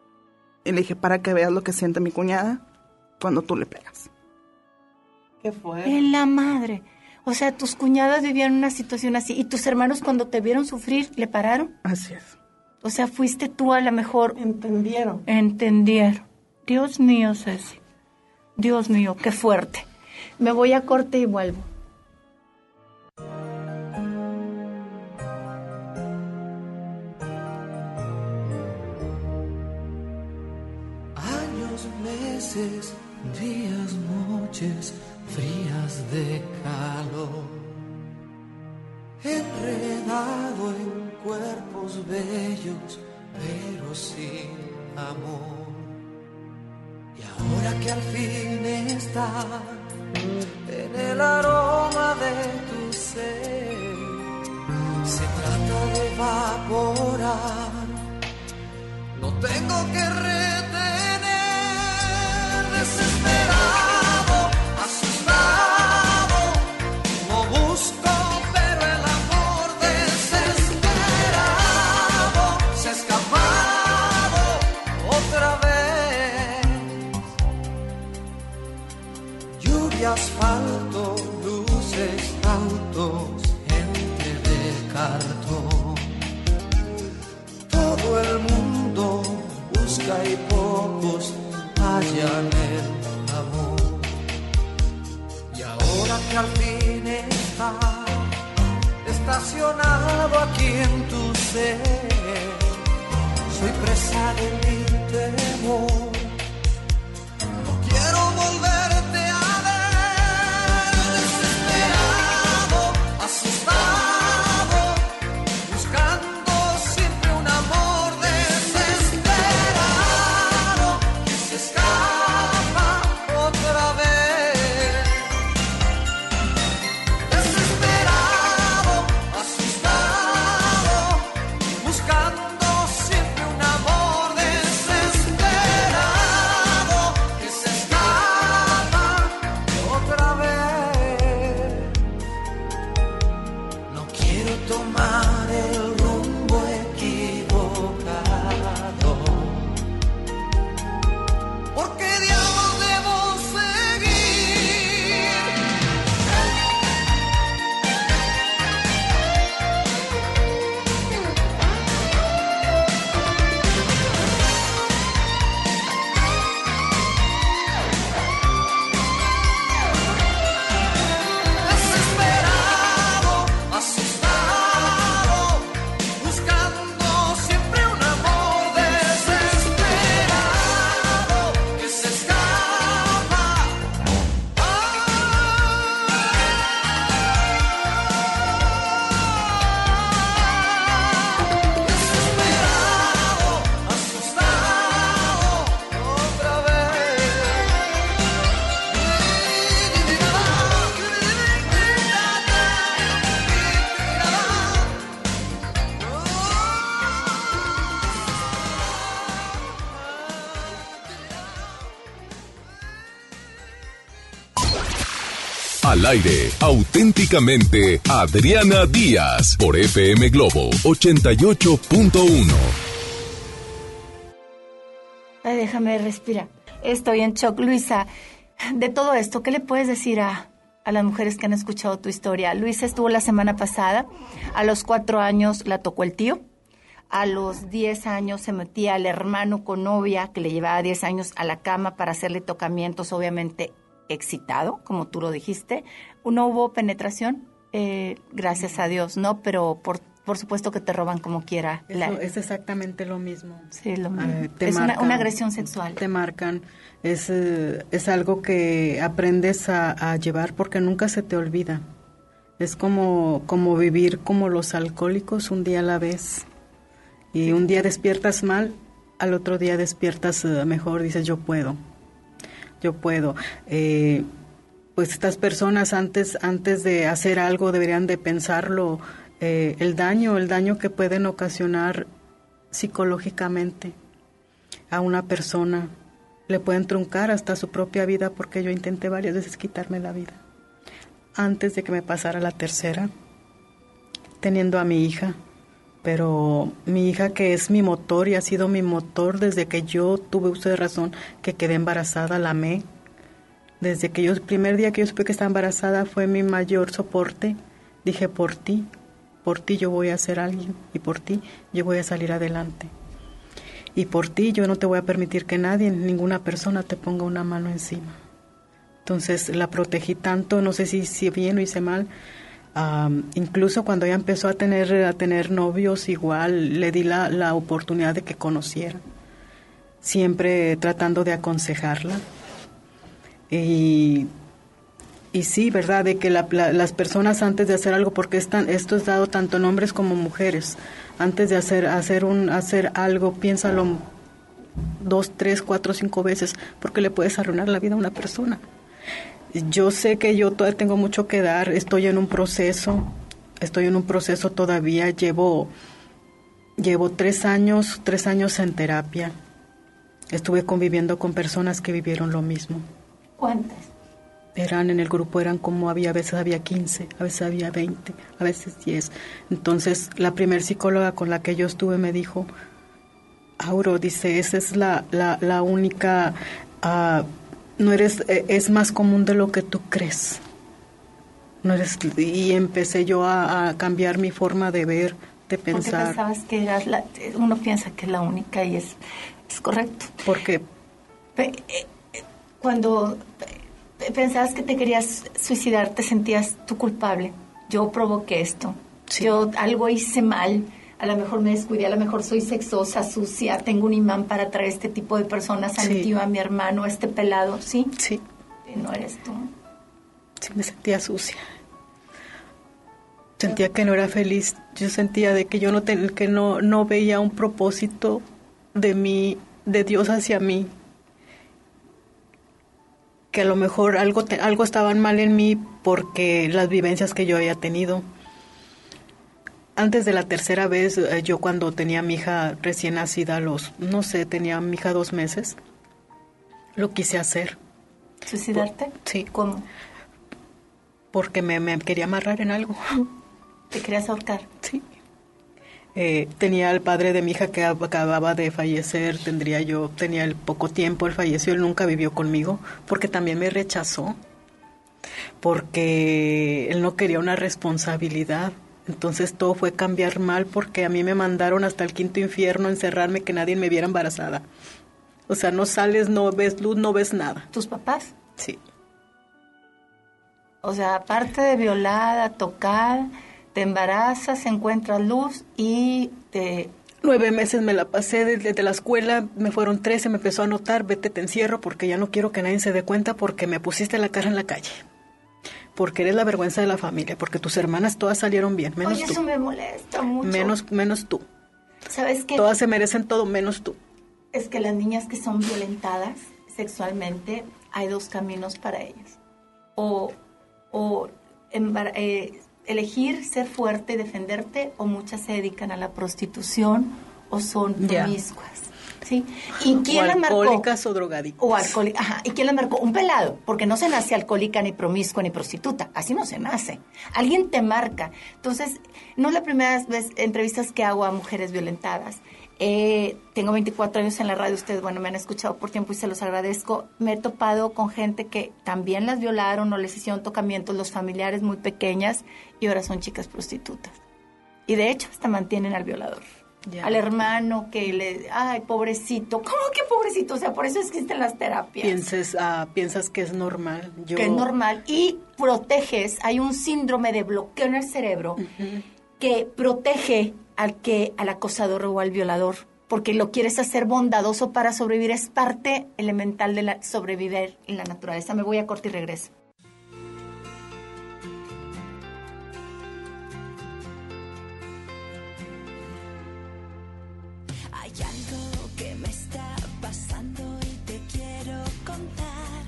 Y le dije, para que veas lo que siente mi cuñada cuando tú le pegas. ¿Qué fue? En la madre. O sea, tus cuñadas vivían una situación así y tus hermanos cuando te vieron sufrir, ¿le pararon? Así es. O sea, fuiste tú a la mejor... Entendieron. Entendieron. Dios mío, Ceci. Dios mío, qué fuerte. Me voy a corte y vuelvo. Años, meses, días, noches frías de calor, enredado en cuerpos bellos, pero sin amor. Y ahora que al fin está en el aroma de tu ser, se trata de evaporar. No tengo que retener, desesperado, asustado. No busco, pero el amor desesperado se ha escapado otra vez. Lluvia, asfalto, luces, autos, gente de cartón. Todo el mundo busca y pocos hallan el amor. Y ahora que al fin está estacionado aquí en tu ser, soy presa de mi temor. No quiero quiero tomar el rumbo equivocado. Porque diablos debo seguir. Desesperado, asustado, buscando siempre un amor desesperado que se escapa. Desesperado, asustado, otra vez. Al aire, auténticamente Adriana Díaz por F M Globo ochenta y ocho punto uno. Ay, déjame respirar. Estoy en shock. Luisa, de todo esto, ¿qué le puedes decir a, a las mujeres que han escuchado tu historia? Luisa estuvo la semana pasada, a los cuatro años la tocó el tío, a los diez años se metía al hermano con novia que le llevaba diez años a la cama para hacerle tocamientos, obviamente excitado, como tú lo dijiste. No hubo penetración, eh, gracias a Dios, ¿no? Pero por, por supuesto que te roban como quiera. Eso La- es exactamente lo mismo. Sí, lo mismo. Eh, te Es una- marcan, una agresión sexual. Te marcan. Es, eh, es algo que aprendes a, a llevar porque nunca se te olvida. Es como, como vivir como los alcohólicos un día a la vez. Y un día despiertas mal, al otro día despiertas eh, mejor, dices yo puedo. Yo puedo. Eh, pues estas personas antes, antes de hacer algo deberían de pensarlo, eh, el daño, el daño que pueden ocasionar psicológicamente a una persona. Le pueden truncar hasta su propia vida porque yo intenté varias veces quitarme la vida. Antes de que me pasara la tercera, teniendo a mi hija. Pero mi hija, que es mi motor y ha sido mi motor desde que yo tuve uso de razón, que quedé embarazada, la amé. Desde que yo, el primer día que yo supe que estaba embarazada fue mi mayor soporte. Dije, por ti, por ti yo voy a ser alguien y por ti yo voy a salir adelante. Y por ti yo no te voy a permitir que nadie, ninguna persona te ponga una mano encima. Entonces la protegí tanto, no sé si hice bien o hice mal. Um, incluso cuando ella empezó a tener a tener novios, igual le di la, la oportunidad de que conociera, siempre tratando de aconsejarla. Y, y sí, verdad, de que la, la, las personas antes de hacer algo, porque están, esto es dado tanto en hombres como mujeres, antes de hacer hacer un hacer algo, piénsalo dos, tres, cuatro, cinco veces, porque le puedes arruinar la vida a una persona. Yo sé que yo todavía tengo mucho que dar, estoy en un proceso, estoy en un proceso todavía, llevo, llevo tres años, tres años en terapia. Estuve conviviendo con personas que vivieron lo mismo. ¿Cuántas? Eran en el grupo, eran como había, a veces había quince, a veces había veinte, a veces diez. Entonces, la primer psicóloga con la que yo estuve me dijo, Auro, dice, esa es la, la, la única... Uh, no eres, es más común de lo que tú crees. No eres, y empecé yo a, a cambiar mi forma de ver, de pensar. Porque pensabas que eras la, uno piensa que es la única y es, es correcto. Porque cuando pensabas que te querías suicidar, te sentías tú culpable. Yo provoqué esto. Sí. Yo algo hice mal. A lo mejor me descuidé, a lo mejor soy sexosa, sucia, tengo un imán para atraer este tipo de personas, a sí. mi tío, a mi hermano, a este pelado, ¿sí? Sí. No eres tú. Sí, me sentía sucia. Sentía que no era feliz. Yo sentía de que yo no ten, que no, no veía un propósito de mí, de Dios hacia mí. Que a lo mejor algo, te, algo estaban mal en mí porque las vivencias que yo había tenido. Antes de la tercera vez, yo cuando tenía a mi hija recién nacida, los, no sé, tenía a mi hija dos meses, lo quise hacer. ¿Suicidarte? Sí. ¿Cómo? Porque me, me quería amarrar en algo. ¿Te querías ahorcar? Sí. Eh, tenía al padre de mi hija que acababa de fallecer, tendría yo, tenía el poco tiempo, él falleció, él nunca vivió conmigo, porque también me rechazó, porque él no quería una responsabilidad. Entonces todo fue cambiar mal, porque a mí me mandaron hasta el quinto infierno, encerrarme, que nadie me viera embarazada. O sea, no sales, no ves luz, no ves nada. ¿Tus papás? Sí. O sea, aparte de violada, tocada, te embarazas, encuentras luz y te... Nueve meses me la pasé desde, desde la escuela, me fueron trece, me empezó a notar, vete, te encierro porque ya no quiero que nadie se dé cuenta porque me pusiste la cara en la calle. Porque eres la vergüenza de la familia, porque tus hermanas todas salieron bien, menos Oye, tú. eso me molesta mucho. Menos, menos tú. ¿Sabes qué? Todas se merecen todo, menos tú. Es que las niñas que son violentadas sexualmente, hay dos caminos para ellas. O, o embar- eh, elegir ser fuerte y defenderte, o muchas se dedican a la prostitución o son promiscuas. ¿Sí? ¿Y quién o las marcó? alcohólicas o drogadictas. O alcohólicas, ajá. ¿Y quién las marcó? Un pelado, porque no se nace alcohólica, ni promiscua, ni prostituta. Así no se nace. Alguien te marca. Entonces, no es la primera vez entrevistas que hago a mujeres violentadas. Eh, tengo veinticuatro años en la radio, ustedes, bueno, me han escuchado por tiempo y se los agradezco. Me he topado con gente que también las violaron o les hicieron tocamientos, los familiares muy pequeñas, y ahora son chicas prostitutas. Y de hecho, hasta mantienen al violador. Ya. Al hermano que le... Ay, pobrecito. ¿Cómo que pobrecito? O sea, por eso existen las terapias. Pienses, uh, piensas que es normal. Yo... Que es normal. Y proteges. Hay un síndrome de bloqueo en el cerebro uh-huh. que protege al que al acosador o al violador. Porque lo quieres hacer bondadoso para sobrevivir. Es parte elemental de la sobrevivir en la naturaleza. Me voy a corte y regreso. Hay algo que me está pasando y te quiero contar.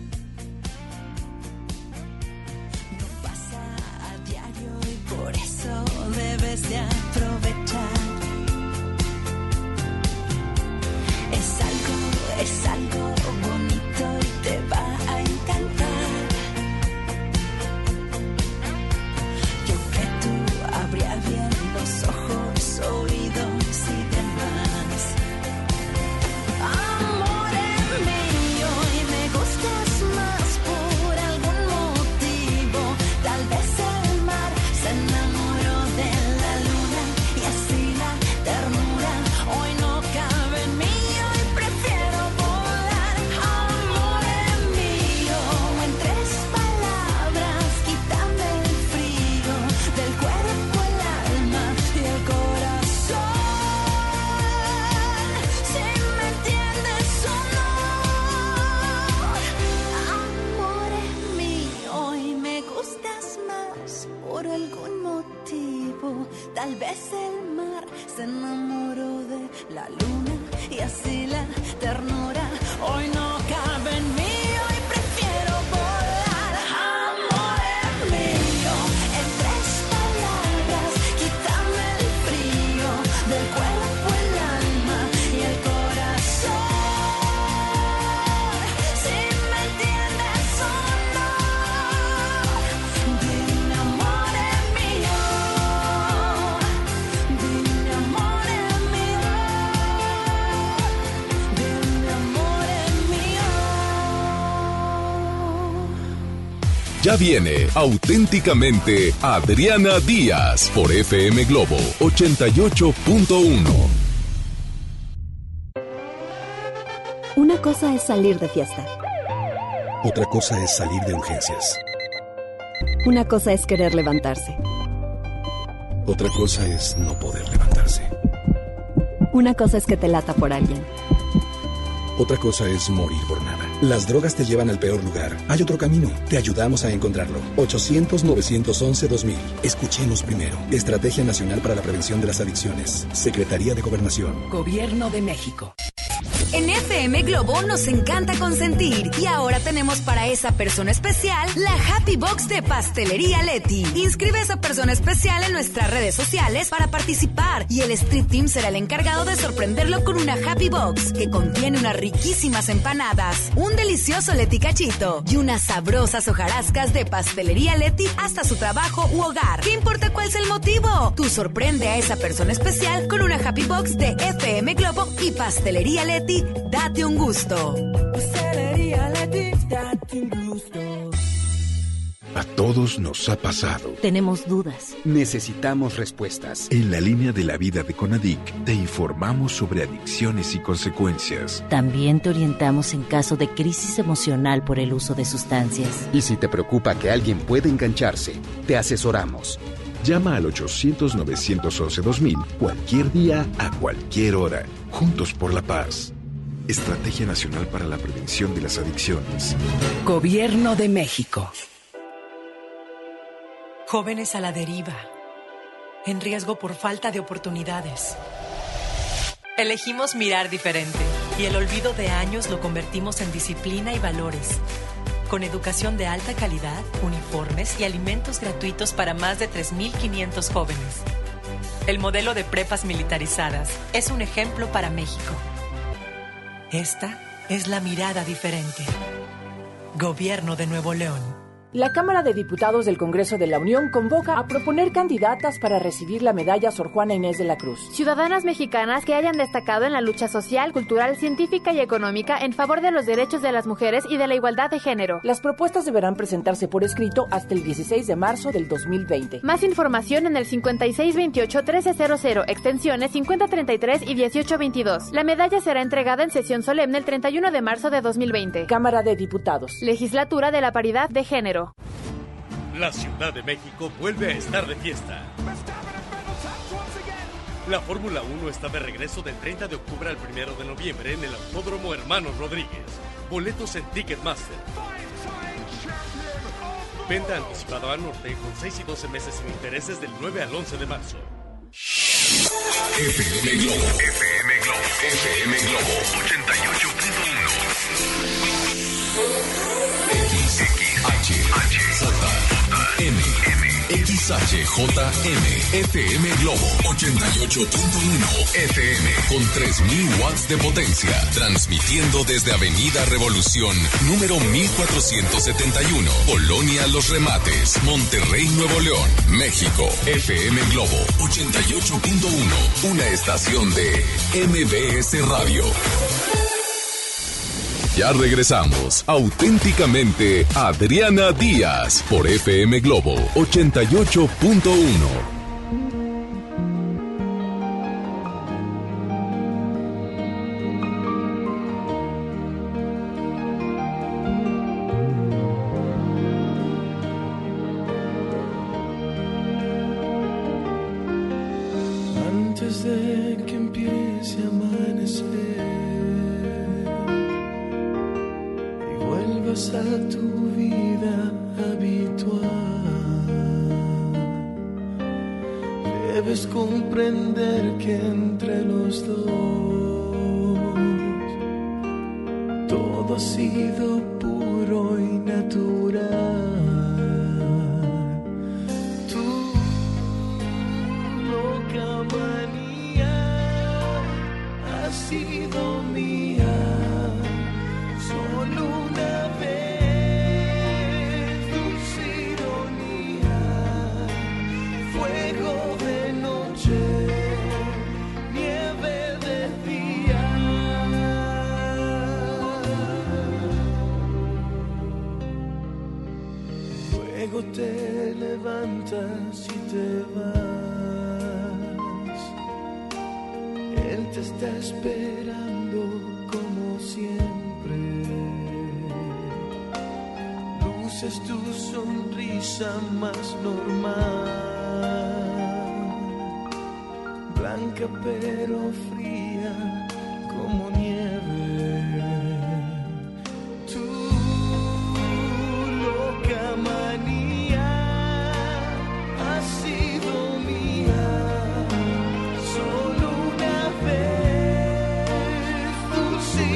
No pasa a diario y por eso debes de aprovechar. Es algo, es algo bonito y te va a encantar. Yo que tú abría bien los ojos, oídos y demás. Amor mío, y me gustas más por algún motivo. Tal vez el mar se enamoró de la luna y así la ternura hoy no cabe en mí. Hoy prefiero volar. Amor mío, en tres palabras, quítame el frío del cuerpo, el alma y el corazón. Si me entiendes o no. Amor mío, y me gustas más por algún motivo. Tal vez el mar se enamoró de la luna y así la ternura hoy no cabe en mí. Hoy prefiero volar. Amor mío, en tres palabras, quítame el frío del cuerpo, el alma y el corazón. Si me entiendes o no. Dime amor mío. Dime amor mío. Dime amor mío. Ya viene auténticamente Adriana Díaz por F M Globo ochenta y ocho punto uno. Una cosa es salir de fiesta. Otra cosa es salir de urgencias. Una cosa es querer levantarse. Otra cosa es no poder levantarse. Una cosa es que te lata por alguien. Otra cosa es morir por nada. Las drogas te llevan al peor lugar. Hay otro camino. Te ayudamos a encontrarlo. ochocientos, novecientos once, dos mil. Escuchemos primero. Estrategia Nacional para la Prevención de las Adicciones. Secretaría de Gobernación. Gobierno de México. En F M Globo nos encanta consentir y ahora tenemos para esa persona especial la Happy Box de Pastelería Leti. Inscribe a esa persona especial en nuestras redes sociales para participar y el Street Team será el encargado de sorprenderlo con una Happy Box que contiene unas riquísimas empanadas, un delicioso Leti cachito y unas sabrosas hojarascas de Pastelería Leti hasta su trabajo u hogar. ¿Qué importa cuál es el motivo? Tú sorprende a esa persona especial con una Happy Box de F M Globo y Pastelería Leti. Date un gusto. Pastelería Leti, date un gusto. A todos nos ha pasado. Tenemos dudas. Necesitamos respuestas. En la línea de la vida de Conadic te informamos sobre adicciones y consecuencias. También te orientamos en caso de crisis emocional por el uso de sustancias. Y si te preocupa que alguien pueda engancharse, te asesoramos. Llama al ochocientos, novecientos once, dos mil cualquier día, a cualquier hora. Juntos por la paz. Estrategia Nacional para la Prevención de las Adicciones. Gobierno de México. Jóvenes a la deriva, en riesgo por falta de oportunidades. Elegimos mirar diferente y el olvido de años lo convertimos en disciplina y valores. Con educación de alta calidad, uniformes y alimentos gratuitos para más de tres mil quinientos jóvenes. El modelo de prepas militarizadas es un ejemplo para México. Esta es la mirada diferente. Gobierno de Nuevo León. La Cámara de Diputados del Congreso de la Unión convoca a proponer candidatas para recibir la medalla Sor Juana Inés de la Cruz. Ciudadanas mexicanas que hayan destacado en la lucha social, cultural, científica y económica en favor de los derechos de las mujeres y de la igualdad de género. Las propuestas deberán presentarse por escrito hasta el dieciséis de marzo del dos mil veinte. Más información en el cincuenta y seis veintiocho trece cero cero, extensiones cincuenta treinta y tres y dieciocho veintidós. La medalla será entregada en sesión solemne el treinta y uno de marzo de dos mil veinte. Cámara de Diputados. Legislatura de la Paridad de Género. La Ciudad de México vuelve a estar de fiesta. La Fórmula uno está de regreso del treinta de octubre al primero de noviembre en el Autódromo Hermanos Rodríguez. Boletos en Ticketmaster. Venta anticipada al norte con seis y doce meses sin intereses del nueve al once de marzo. F M Globo, F M Globo, F M Globo ochenta y ocho punto uno. X, X, H, H, J, M, M, X, H, J, M, F M Globo ochenta y ocho punto uno F M con tres mil watts de potencia, transmitiendo desde Avenida Revolución, número mil cuatrocientos setenta y uno, Colonia Los Remates, Monterrey, Nuevo León, México. F M Globo ochenta y ocho punto uno, una estación de M B S Radio. Ya regresamos, auténticamente Adriana Díaz, por F M Globo ochenta y ocho punto uno. Antes de que empiece a amanecer y vuelvas a tu vida habitual, debes comprender que entre los dos todo ha sido puro y natural. Sido mía, solo una vez, dulce ironía, fuego de noche, nieve de día. Luego te levantas y te vas. Él te está esperando como siempre. Luces tu sonrisa más normal, blanca pero fría como nieve. Tu loca manía ha sido mía. Solo una vez, dulce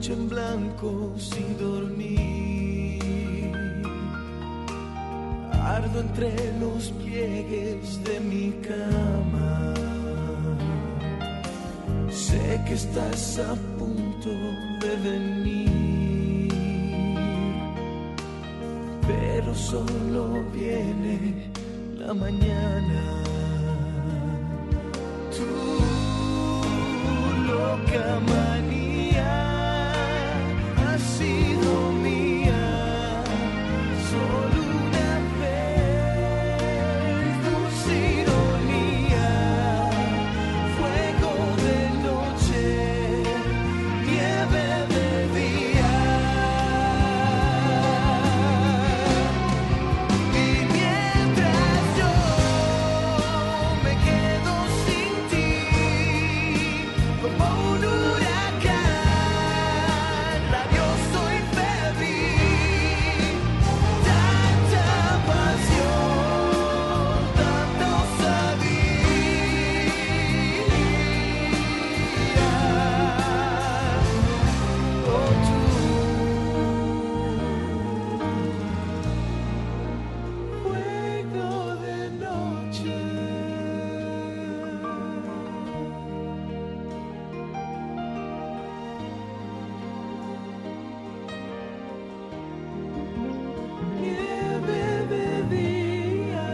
noche en blanco sin dormir. Ardo entre los pliegues de mi cama. Sé que estás a punto de venir, pero solo viene la mañana. Tu loca manía ha sido mía solo una vez. Dulce ironía, fuego de noche, nieve de día. Y mientras yo me quedo sin ti, como un huracán, rabioso y febril, tanta pasión, tanta osadía. Oh, tú, fuego de noche. Nieve de día.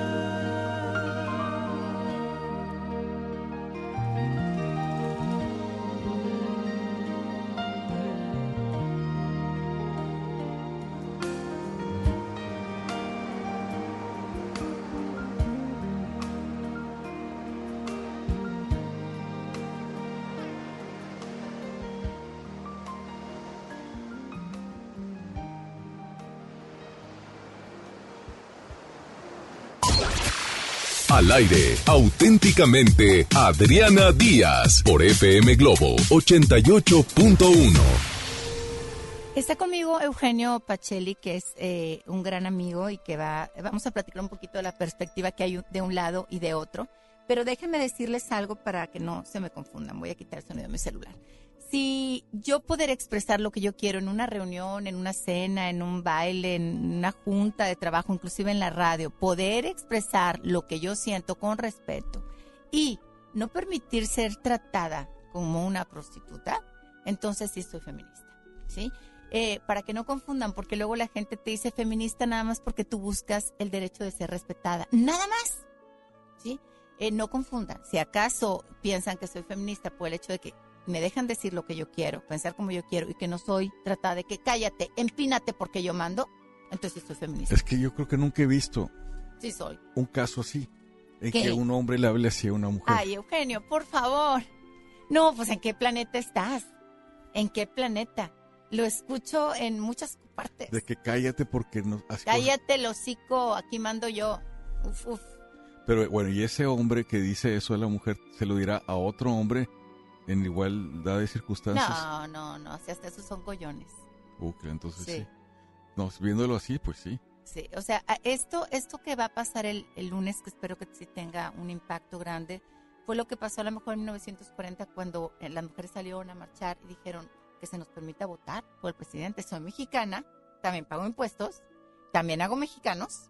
Al aire, auténticamente, Adriana Díaz, por F M Globo ochenta y ocho punto uno. Está conmigo Eugenio Pacelli, que es eh, un gran amigo y que va, vamos a platicar un poquito de la perspectiva que hay de un lado y de otro. Pero déjenme decirles algo para que no se me confundan. Voy a quitar el sonido de mi celular. Si yo poder expresar lo que yo quiero en una reunión, en una cena, en un baile, en una junta de trabajo, inclusive en la radio, poder expresar lo que yo siento con respeto y no permitir ser tratada como una prostituta, entonces sí soy feminista, ¿sí? Eh, para que no confundan, porque luego la gente te dice feminista nada más porque tú buscas el derecho de ser respetada, nada más, ¿sí? Eh, no confundan, si acaso piensan que soy feminista por el hecho de que me dejan decir lo que yo quiero, pensar como yo quiero y que no soy tratada de que cállate, empínate porque yo mando, entonces soy feminista. Es que yo creo que nunca he visto Sí soy. un caso así, en ¿Qué? que un hombre le hable así a una mujer. Ay, Eugenio, por favor. No, pues ¿en qué planeta estás? ¿En qué planeta? Lo escucho en muchas partes. De que cállate porque no... así Cállate, el hocico, aquí mando yo. Uf, uf. Pero bueno, y ese hombre que dice eso a la mujer, ¿se lo dirá a otro hombre en igualdad de circunstancias? No, no, no, si hasta esos son collones. Ok, entonces sí. Sí. No, viéndolo así, pues sí. Sí, o sea, a- esto, esto que va a pasar el, el lunes, que espero que sí tenga un impacto grande, fue lo que pasó a lo mejor en mil novecientos cuarenta cuando eh, las mujeres salieron a marchar y dijeron que se nos permita votar por el presidente. Soy mexicana, también pago impuestos, también hago mexicanos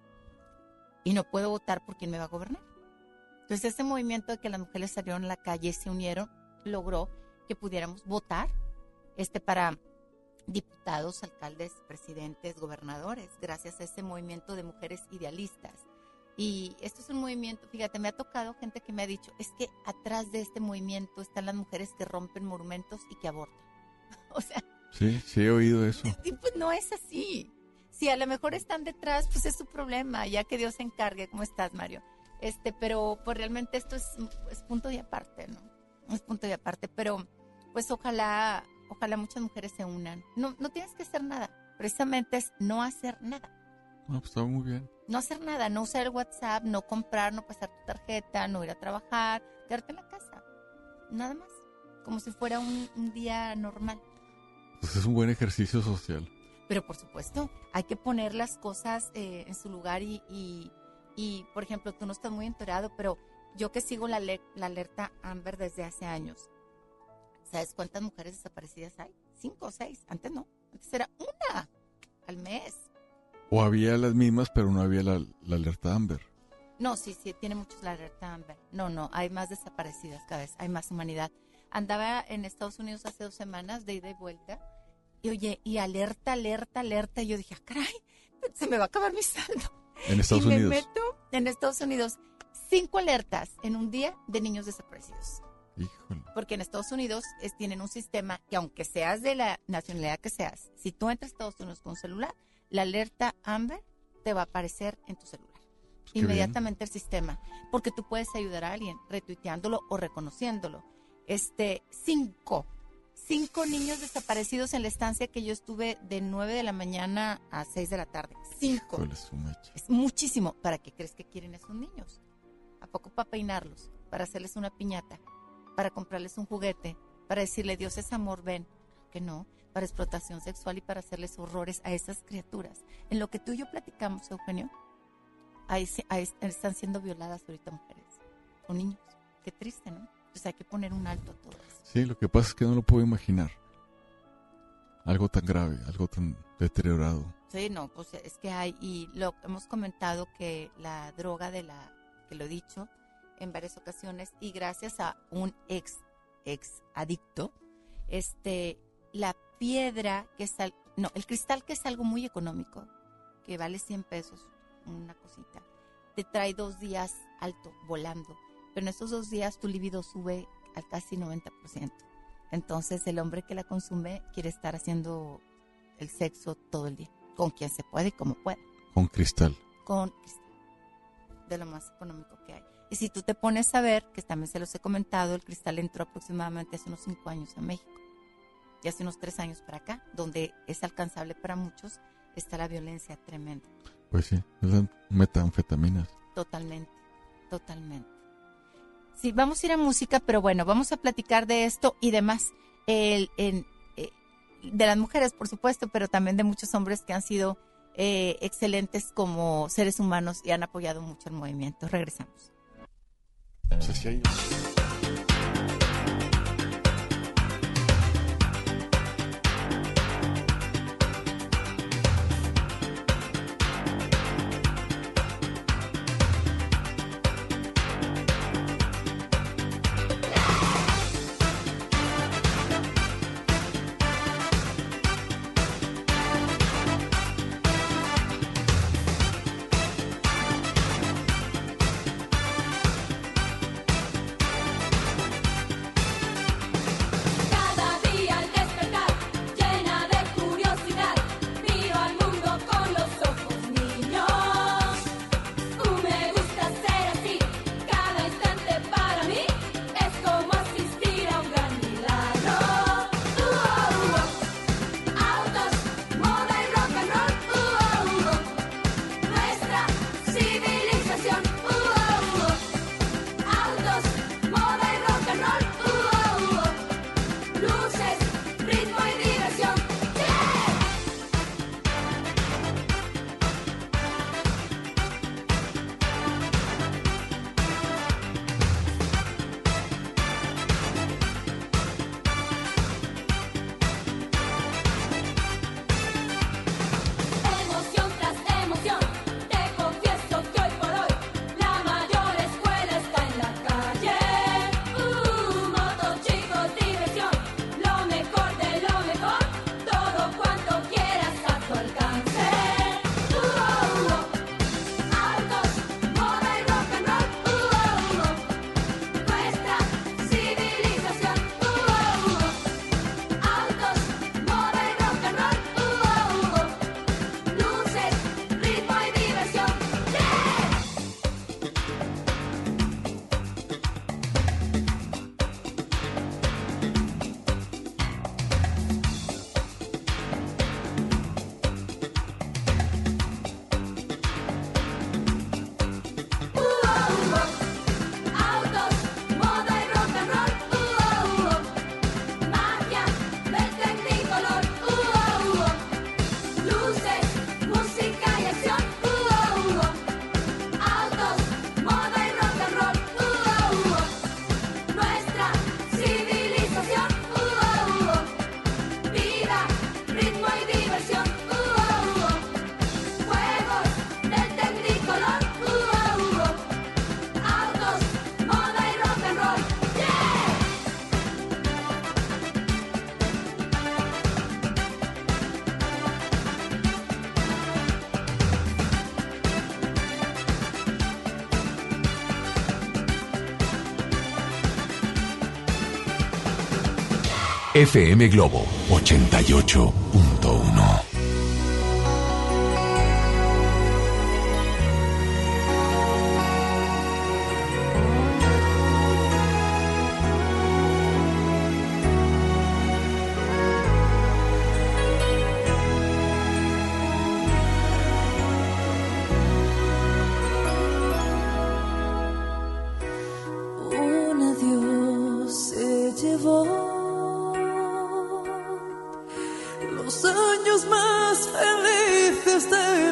y no puedo votar por quién me va a gobernar. Entonces este movimiento de que las mujeres salieron a la calle y se unieron logró que pudiéramos votar este para diputados, alcaldes, presidentes, gobernadores, gracias a ese movimiento de mujeres idealistas. Y esto es un movimiento, fíjate, me ha tocado gente que me ha dicho, es que atrás de este movimiento están las mujeres que rompen monumentos y que abortan. O sea, Sí, sí he oído eso. y pues no es así. Si a lo mejor están detrás, pues es su problema, ya que Dios se encargue. ¿Cómo estás, Mario? Este, pero pues realmente esto es, es punto y aparte, ¿no? Es punto y aparte, pero pues ojalá, ojalá muchas mujeres se unan. No, no tienes que hacer nada, precisamente es no hacer nada. No, pues está muy bien. No hacer nada, no usar el WhatsApp, no comprar, no pasar tu tarjeta, no ir a trabajar, quedarte en la casa. Nada más, como si fuera un, un día normal. Pues es un buen ejercicio social. Pero por supuesto, hay que poner las cosas eh, en su lugar y, y, y, por ejemplo, tú no estás muy enterado, pero yo que sigo la, ale- la alerta Amber desde hace años, ¿sabes cuántas mujeres desaparecidas hay? cinco o seis. Antes no, antes era una al mes. O había las mismas, pero no había la, la alerta Amber. No, sí, sí, tiene muchos la alerta Amber. No, no, hay más desaparecidas cada vez, hay más humanidad. Andaba en Estados Unidos hace dos semanas de ida y vuelta. Y oye, y alerta, alerta, alerta. Y yo dije, ah, caray, se me va a acabar mi saldo. En Estados y Unidos. me meto en Estados Unidos. Cinco alertas en un día de niños desaparecidos. Híjole. Porque en Estados Unidos es, tienen un sistema que aunque seas de la nacionalidad que seas, si tú entras a Estados Unidos con un celular, la alerta Amber te va a aparecer en tu celular. Qué Inmediatamente el sistema. Porque tú puedes ayudar a alguien retuiteándolo o reconociéndolo. Este, cinco. Cinco niños desaparecidos en la estancia que yo estuve de nueve de la mañana a seis de la tarde. Cinco. Híjole, su mecha. Es muchísimo. ¿Para qué crees que quieren esos niños? ¿A poco para peinarlos? ¿Para hacerles una piñata? ¿Para comprarles un juguete? ¿Para decirle Dios es amor, ven? Que no. Para explotación sexual y para hacerles horrores a esas criaturas. En lo que tú y yo platicamos, Eugenio, ahí, ahí están siendo violadas ahorita mujeres o niños. Qué triste, ¿no? Pues hay que poner un alto a todo eso. Sí, lo que pasa es que no lo puedo imaginar. Algo tan grave, algo tan deteriorado. Sí, no, pues es que hay, y lo hemos comentado que la droga de la, que lo he dicho en varias ocasiones, y gracias a un ex, ex adicto, este, la piedra que es, al, no, el cristal que es algo muy económico, que vale cien pesos, una cosita, te trae dos días alto, volando, pero en esos dos días tu libido sube al casi noventa por ciento. Entonces el hombre que la consume quiere estar haciendo el sexo todo el día, con quien se puede y como puede. Con cristal. Con cristal, de lo más económico que hay. Y si tú te pones a ver, que también se los he comentado, el cristal entró aproximadamente hace unos cinco años a México. Y hace unos tres años para acá, donde es alcanzable para muchos, está la violencia tremenda. Pues sí, es la metanfetaminas. Totalmente, totalmente. Sí, vamos a ir a música, pero bueno, vamos a platicar de esto y demás. El, el, eh, de las mujeres, por supuesto, pero también de muchos hombres que han sido eh, excelentes como seres humanos y han apoyado mucho el movimiento. Regresamos. Pues así hay... F M Globo ochenta y ocho punto uno. Un adiós se llevó los años más felices de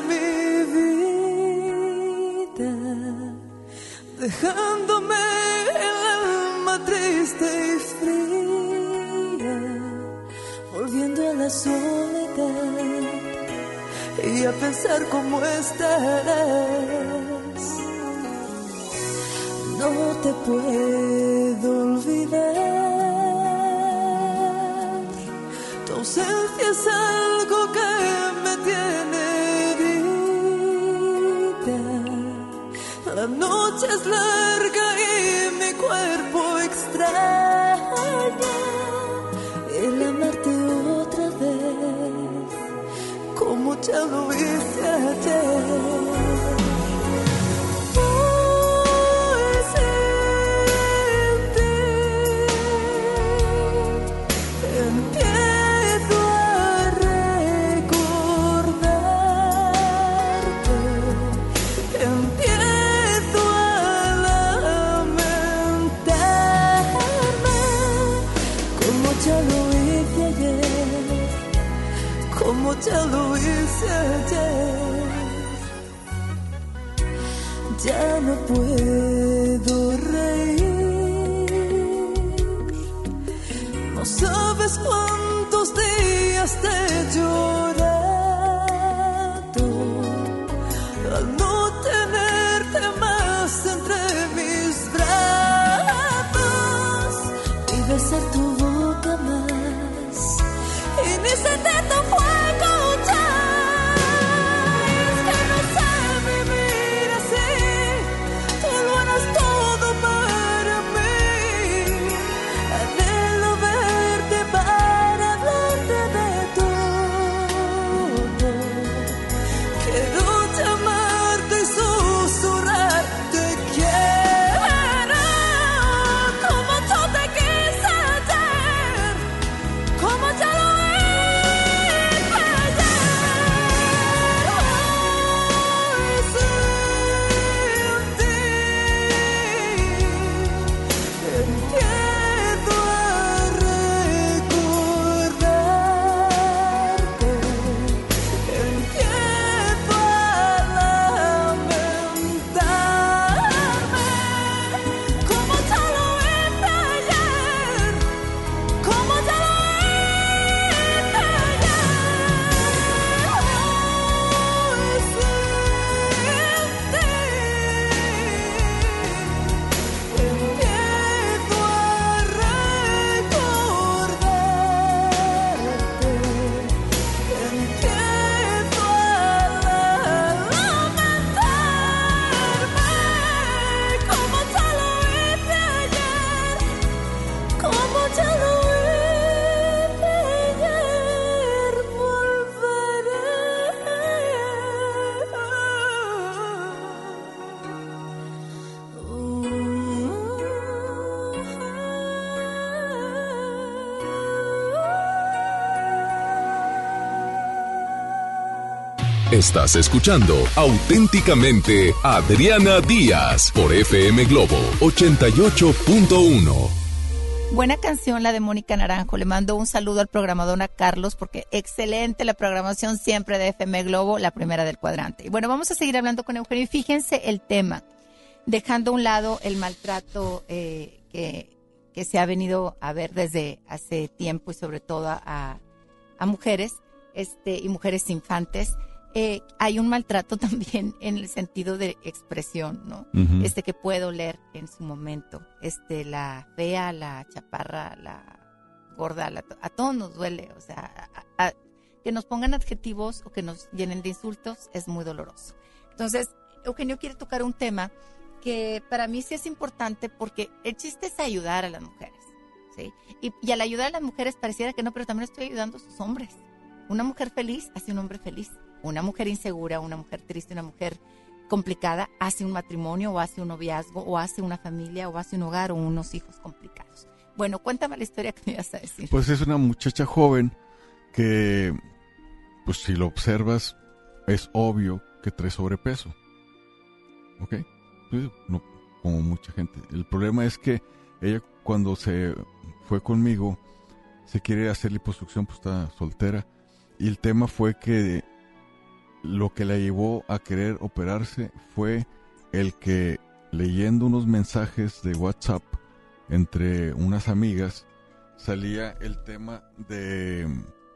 mi vida, dejándome el alma triste y fría, volviendo a la soledad y a pensar cómo estarás. No te puedo olvidar, tu ausencia es algo que me tiene herida. La noche es larga y mi cuerpo extraña el amarte otra vez, como ya lo hice ayer. Ya lo hice ayer, ya no puedo reír. No sabes cuántos días te he llorado al no tenerte más entre mis brazos y besar tu boca más y ni sentir tu fuego. Estás escuchando Auténticamente Adriana Díaz por F M Globo ochenta y ocho punto uno. Buena canción la de Mónica Naranjo. Le mando un saludo al programador a Carlos porque excelente la programación siempre de F M Globo, la primera del cuadrante. Y bueno, vamos a seguir hablando con Eugenio. Y fíjense el tema, dejando a un lado el maltrato eh, que, que se ha venido a ver desde hace tiempo y sobre todo a, a mujeres este, y mujeres infantes. Eh, hay un maltrato también en el sentido de expresión, ¿no? Uh-huh. Este que puede doler en su momento. Este, la fea, la chaparra, la gorda, la, a todos nos duele. O sea, a, a, que nos pongan adjetivos o que nos llenen de insultos es muy doloroso. Entonces, Eugenio quiere tocar un tema que para mí sí es importante porque el chiste es ayudar a las mujeres. ¿sí? Y, y al ayudar a las mujeres pareciera que no, pero también estoy ayudando a sus hombres. Una mujer feliz hace un hombre feliz. Una mujer insegura, una mujer triste, una mujer complicada hace un matrimonio o hace un noviazgo o hace una familia o hace un hogar o unos hijos complicados. Bueno, cuéntame la historia que me ibas a decir. Pues es una muchacha joven que, pues si lo observas, es obvio que trae sobrepeso. ¿Ok? Pues, no, como mucha gente. El problema es que ella cuando se fue conmigo, se quiere hacer liposucción, pues está soltera. Y el tema fue que lo que la llevó a querer operarse fue el que leyendo unos mensajes de WhatsApp entre unas amigas salía el tema de,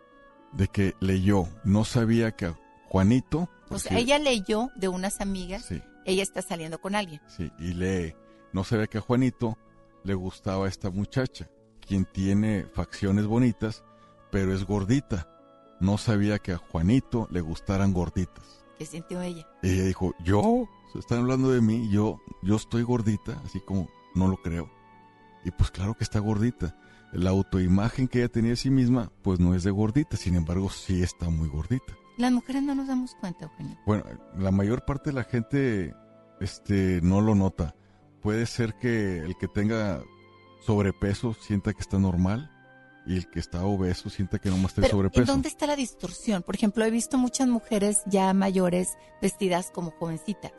de que leyó, no sabía que a Juanito... O sea, ella leyó de unas amigas, sí, ella está saliendo con alguien. Sí, y lee, no sabía que a Juanito le gustaba a esta muchacha, quien tiene facciones bonitas, pero es gordita. No sabía que a Juanito le gustaran gorditas. ¿Qué sintió ella? Y ella dijo, yo, se están hablando de mí, yo, yo estoy gordita, así como no lo creo. Y pues claro que está gordita. La autoimagen que ella tenía de sí misma, pues no es de gordita, sin embargo sí está muy gordita. Las mujeres no nos damos cuenta, Eugenio. Bueno, la mayor parte de la gente este, no lo nota. Puede ser que el que tenga sobrepeso sienta que está normal, y el que está obeso sienta que nomás está Pero, sobrepeso. ¿en dónde está la distorsión? Por ejemplo, he visto muchas mujeres ya mayores vestidas como jovencitas.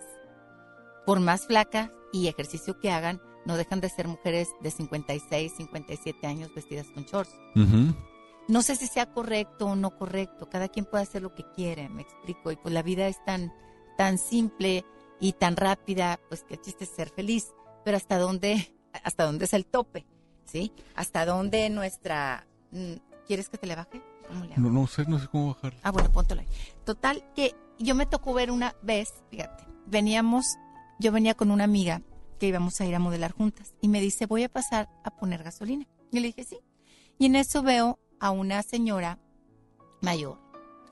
Por más flacas y ejercicio que hagan, no dejan de ser mujeres de cincuenta y seis, cincuenta y siete años vestidas con shorts. Uh-huh. No sé si sea correcto o no correcto. Cada quien puede hacer lo que quiere, me explico. Y pues la vida es tan, tan simple y tan rápida, pues que el chiste es ser feliz. Pero ¿hasta dónde, hasta dónde es el tope? ¿Sí? ¿Hasta dónde nuestra... ¿Quieres que te le baje? ¿Cómo le hago? No, no sé, no sé cómo bajar. Ah, bueno, póntelo ahí. Total, que yo me tocó ver una vez, fíjate, veníamos, yo venía con una amiga que íbamos a ir a modelar juntas y me dice, voy a pasar a poner gasolina. Y le dije, sí. Y en eso veo a una señora mayor,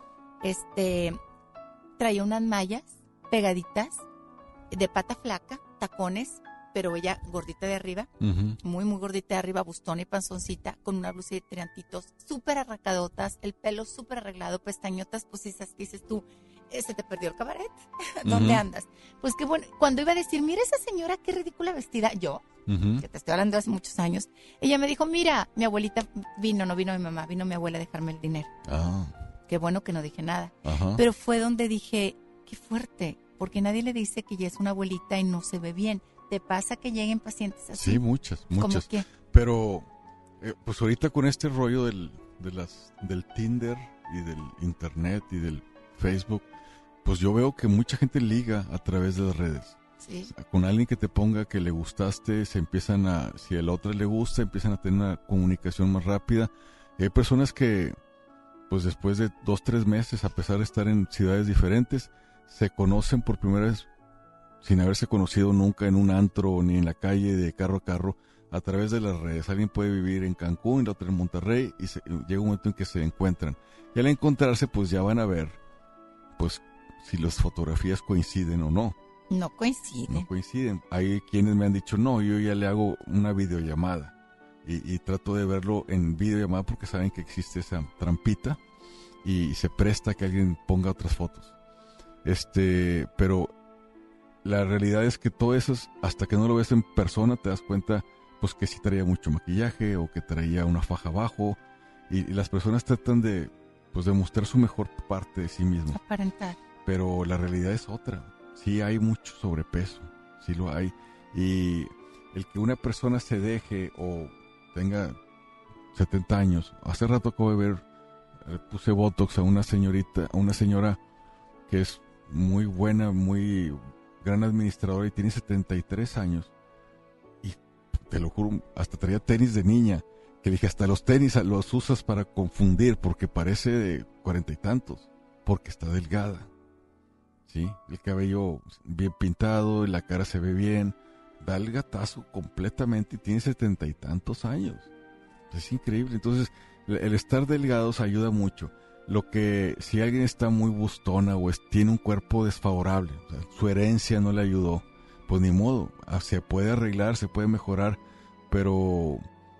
este, traía unas mallas pegaditas, de pata flaca, tacones, pero ella gordita de arriba, uh-huh. muy, muy gordita de arriba, bustona y panzoncita, con una blusa de tirantitos, súper arracadotas, el pelo súper arreglado, pestañotas postizas, que dices tú, eh, se te perdió el cabaret, ¿dónde uh-huh. andas? Pues qué bueno, cuando iba a decir, mira esa señora, qué ridícula vestida, yo, uh-huh. que te estoy hablando hace muchos años, ella me dijo, mira, mi abuelita vino, no vino mi mamá, vino mi abuela a dejarme el dinero. Ah. Qué bueno que no dije nada. Ajá. Pero fue donde dije, qué fuerte, porque nadie le dice que ya es una abuelita y no se ve bien. ¿Te pasa que lleguen pacientes así? Sí, muchas, muchas. ¿Cómo qué? Pero, eh, pues ahorita con este rollo del, de las, del Tinder y del Internet y del Facebook, pues yo veo que mucha gente liga a través de las redes. Sí. Con alguien que te ponga que le gustaste, se empiezan a, si al otro le gusta, empiezan a tener una comunicación más rápida. Y hay personas que, pues después de dos, tres meses, a pesar de estar en ciudades diferentes, se conocen por primera vez sin haberse conocido nunca en un antro ni en la calle de carro a carro, a través de las redes. Alguien puede vivir en Cancún, la otra en Monterrey, y se, llega un momento en que se encuentran. Y al encontrarse, pues ya van a ver, pues, si las fotografías coinciden o no. No coinciden. No coinciden. Hay quienes me han dicho, no, yo ya le hago una videollamada. Y, y trato de verlo en videollamada porque saben que existe esa trampita y se presta a que alguien ponga otras fotos. Este, pero la realidad es que todo eso, es, hasta que no lo ves en persona, te das cuenta pues que sí traía mucho maquillaje o que traía una faja abajo, y, y las personas tratan de pues de mostrar su mejor parte de sí mismo. Aparentar. Pero la realidad es otra. Sí hay mucho sobrepeso, sí lo hay. Y el que una persona se deje o tenga setenta años, hace rato acabo de ver, le puse Botox a una señorita, a una señora que es muy buena, muy gran administradora y tiene setenta y tres años, y te lo juro, hasta traía tenis de niña, que le dije, hasta los tenis los usas para confundir porque parece de cuarenta y tantos, porque está delgada, ¿sí? El cabello bien pintado y la cara se ve bien, da el gatazo completamente y tiene setenta y tantos años, es increíble. Entonces el estar delgados ayuda mucho. Lo que, si alguien está muy bustona o es, tiene un cuerpo desfavorable, o sea, su herencia no le ayudó, pues ni modo, se puede arreglar, se puede mejorar, pero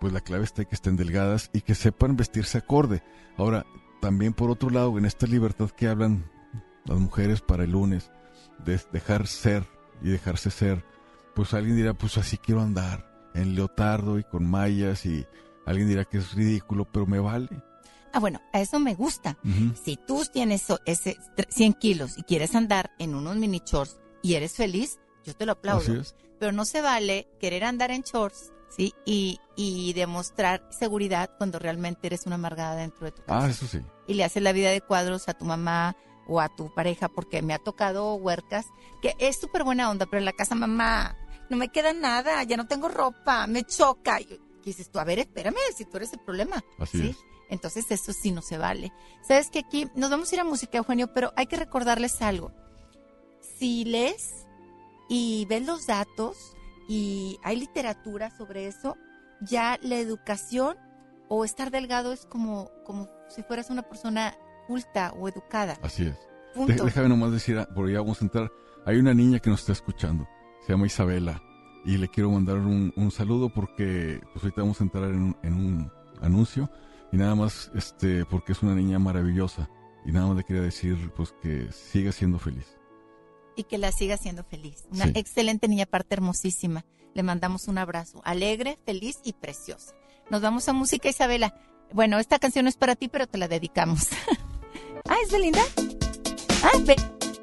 pues la clave está en que estén delgadas y que sepan vestirse acorde. Ahora, también por otro lado, en esta libertad que hablan las mujeres para el lunes, de dejar ser y dejarse ser, pues alguien dirá, pues así quiero andar, en leotardo y con mallas, y alguien dirá que es ridículo, pero me vale. Ah, bueno, a eso me gusta. Uh-huh. Si tú tienes ese cien kilos y quieres andar en unos mini shorts y eres feliz, yo te lo aplaudo. Así es. Pero no se vale querer andar en shorts, ¿sí? Y, y demostrar seguridad cuando realmente eres una amargada dentro de tu casa. Ah, eso sí. Y le haces la vida de cuadros a tu mamá o a tu pareja, porque me ha tocado huercas, que es súper buena onda, pero en la casa, mamá, no me queda nada, ya no tengo ropa, me choca. Y dices tú, a ver, espérame, si tú eres el problema. Así ¿sí? es. Entonces eso sí no se vale. Sabes que aquí nos vamos a ir a música, Eugenio, pero hay que recordarles algo. Si lees y ves los datos y hay literatura sobre eso, ya la educación o estar delgado es como, como si fueras una persona culta o educada. Así es. Punto. De- déjame nomás decir, porque ya vamos a entrar. Hay una niña que nos está escuchando, se llama Isabela, y le quiero mandar un, un saludo porque pues ahorita vamos a entrar en un, en un anuncio. Y nada más, este, porque es una niña maravillosa. Y nada más le quería decir, pues, que siga siendo feliz. Y que la siga siendo feliz. Una Sí. excelente niña, aparte hermosísima. Le mandamos un abrazo. Alegre, feliz y preciosa. Nos vamos a música, Isabela. Bueno, esta canción no es para ti, pero te la dedicamos. Ah, ¿es Belinda? Ah, ve.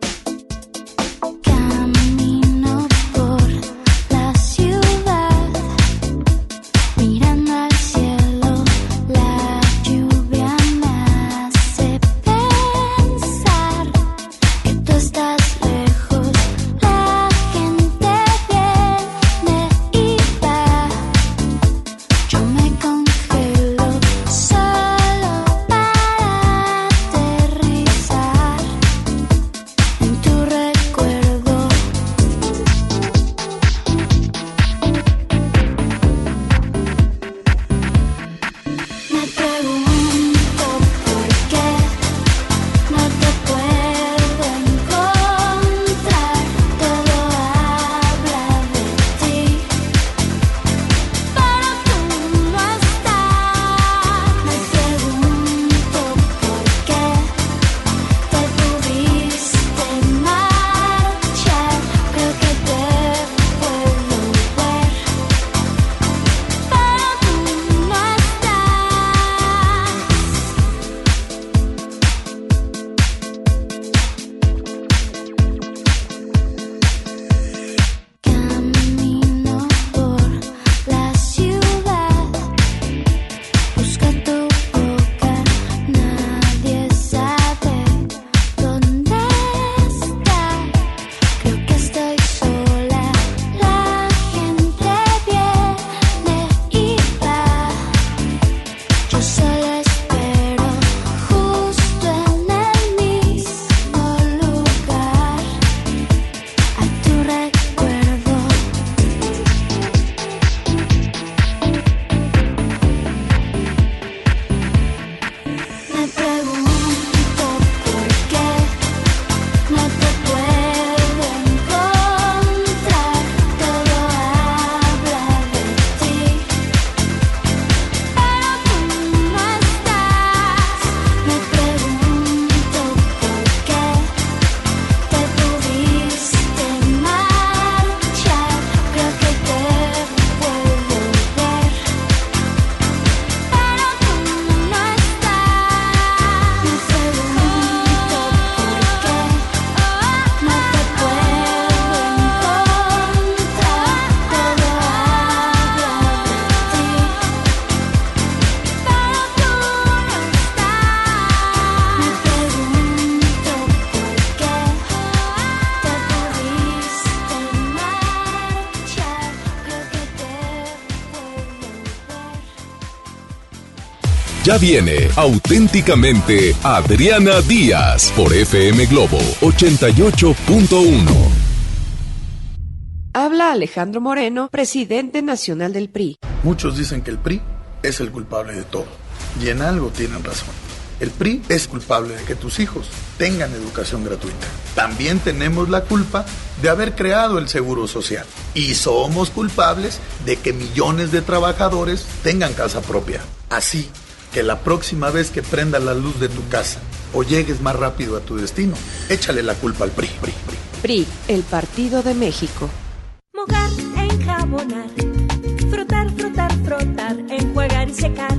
Camino por la ciudad, mirando al cielo, la lluvia me hace pensar que tú estás lejos, la gente viene y va, yo me congelo solo para aterrizar en tu recuerdo. Me pregunto por qué no te puedo encontrar. Todo habla de ti, pero tú no estás. Me pregunto por qué te pudiste marchar. Creo que te puedo ver, pero tú no estás. Camino por la ciudad, busco tu boca, nadie sabe dónde está. Creo que estoy sola, la gente viene y va. Yo solo espero justo en el mismo lugar a tu recuerdo. Me pregunto por qué no te puedo encontrar. Todo habla de ti, pero tú no estás. Me pregunto por qué te pudiste marchar. Creo que te puedo ver, pero tú no estás. Me pregunto por qué no te puedo encontrar. Todo habla de ti, pero tú no estás. Me pregunto por qué te pudiste marchar. Creo que te puedo ver. Ya viene auténticamente Adriana Díaz por F M Globo ochenta y ocho punto uno. Habla Alejandro Moreno, presidente nacional del P R I. Muchos dicen que el P R I es el culpable de todo, y en algo tienen razón. El P R I es culpable de que tus hijos tengan educación gratuita. También tenemos la culpa de haber creado el Seguro Social. Y somos culpables de que millones de trabajadores tengan casa propia. Así que la próxima vez que prenda la luz de tu casa o llegues más rápido a tu destino, échale la culpa al P R I. P R I, P R I. P R I, el Partido de México. Mojar, enjabonar, frotar, frotar, frotar, enjuagar y secar.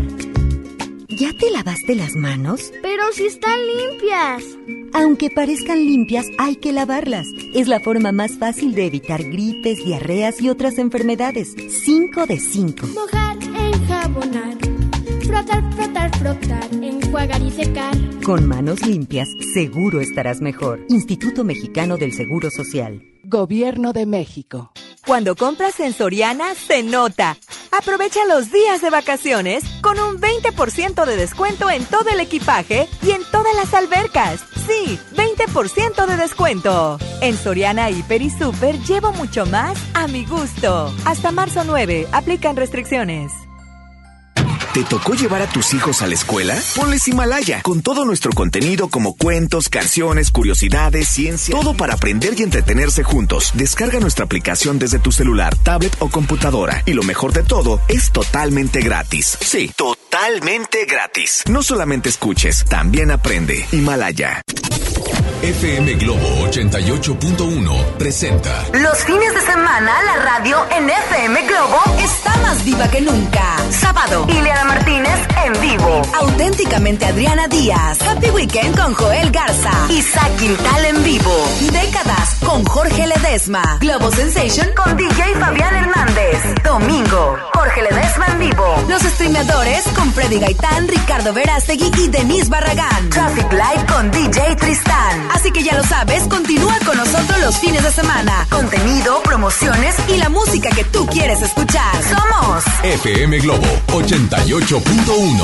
¿Ya te lavaste las manos? Pero si están limpias. Aunque parezcan limpias, hay que lavarlas. Es la forma más fácil de evitar gripes, diarreas y otras enfermedades. Cinco de cinco. Mojar, enjabonar, frotar, frotar, frotar, enjuagar y secar. Con manos limpias, seguro estarás mejor. Instituto Mexicano del Seguro Social. Gobierno de México. Cuando compras en Soriana, se nota. Aprovecha los días de vacaciones con un veinte por ciento de descuento en todo el equipaje y en todas las albercas. Sí, veinte por ciento de descuento. En Soriana, Hiper y Super llevo mucho más a mi gusto. Hasta marzo nueve, aplican restricciones. ¿Te tocó llevar a tus hijos a la escuela? Ponles Himalaya, con todo nuestro contenido como cuentos, canciones, curiosidades, ciencia, todo para aprender y entretenerse juntos. Descarga nuestra aplicación desde tu celular, tablet o computadora. Y lo mejor de todo, es totalmente gratis. Sí, totalmente gratis. No solamente escuches, también aprende. Himalaya. F M Globo ochenta y ocho punto uno presenta. Los fines de semana la radio en F M Globo está más viva que nunca. Sábado, Ileana Martínez en vivo. Auténticamente Adriana Díaz. Happy Weekend con Joel Garza. Isaac Quintal en vivo. Décadas con Jorge Ledesma. Globo Sensation con D J Fabián Hernández. Domingo, Jorge Ledesma en vivo. Los streameadores con Freddy Gaitán, Ricardo Verástegui y Denise Barragán. Traffic Live con D J Tristán. Así que ya lo sabes, continúa con nosotros los fines de semana. Contenido, promociones y la música que tú quieres escuchar. Somos F M Globo ochenta y ocho punto uno.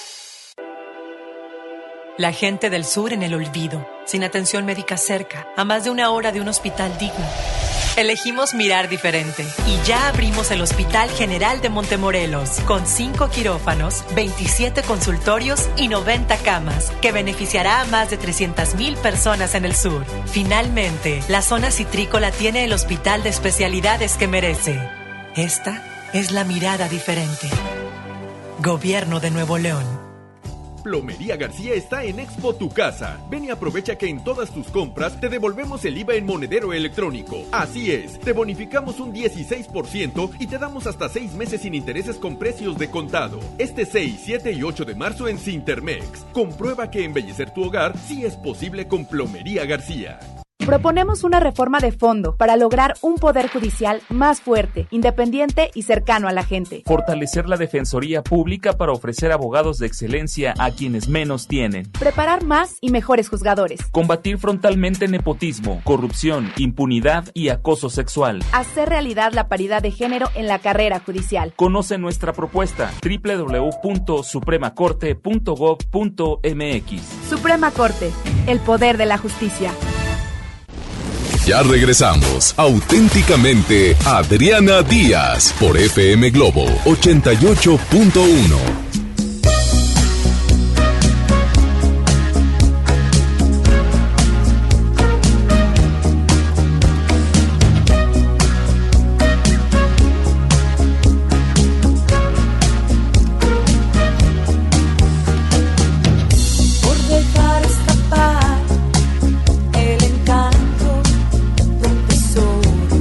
La gente del sur en el olvido, sin atención médica cerca, a más de una hora de un hospital digno. Elegimos mirar diferente y ya abrimos el Hospital General de Montemorelos con cinco quirófanos, veintisiete consultorios y noventa camas que beneficiará a más de trescientas mil personas en el sur. Finalmente, la zona citrícola tiene el hospital de especialidades que merece. Esta es la mirada diferente. Gobierno de Nuevo León. Plomería García está en Expo Tu Casa. Ven y aprovecha que en todas tus compras te devolvemos el I V A en monedero electrónico. Así es, te bonificamos un dieciséis por ciento y te damos hasta seis meses sin intereses con precios de contado. Este seis, siete y ocho de marzo en Cintermex. Comprueba que embellecer tu hogar sí es posible con Plomería García. Proponemos una reforma de fondo para lograr un poder judicial más fuerte, independiente y cercano a la gente. Fortalecer la defensoría pública para ofrecer abogados de excelencia a quienes menos tienen. Preparar más y mejores juzgadores. Combatir frontalmente nepotismo, corrupción, impunidad y acoso sexual. Hacer realidad la paridad de género en la carrera judicial. Conoce nuestra propuesta doble u doble u doble u punto suprema corte punto gob punto m x. Suprema Corte, el poder de la justicia. Ya regresamos. Auténticamente Adriana Díaz por F M Globo ochenta y ocho punto uno.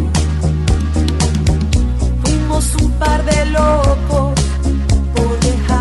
Par de locos por dejar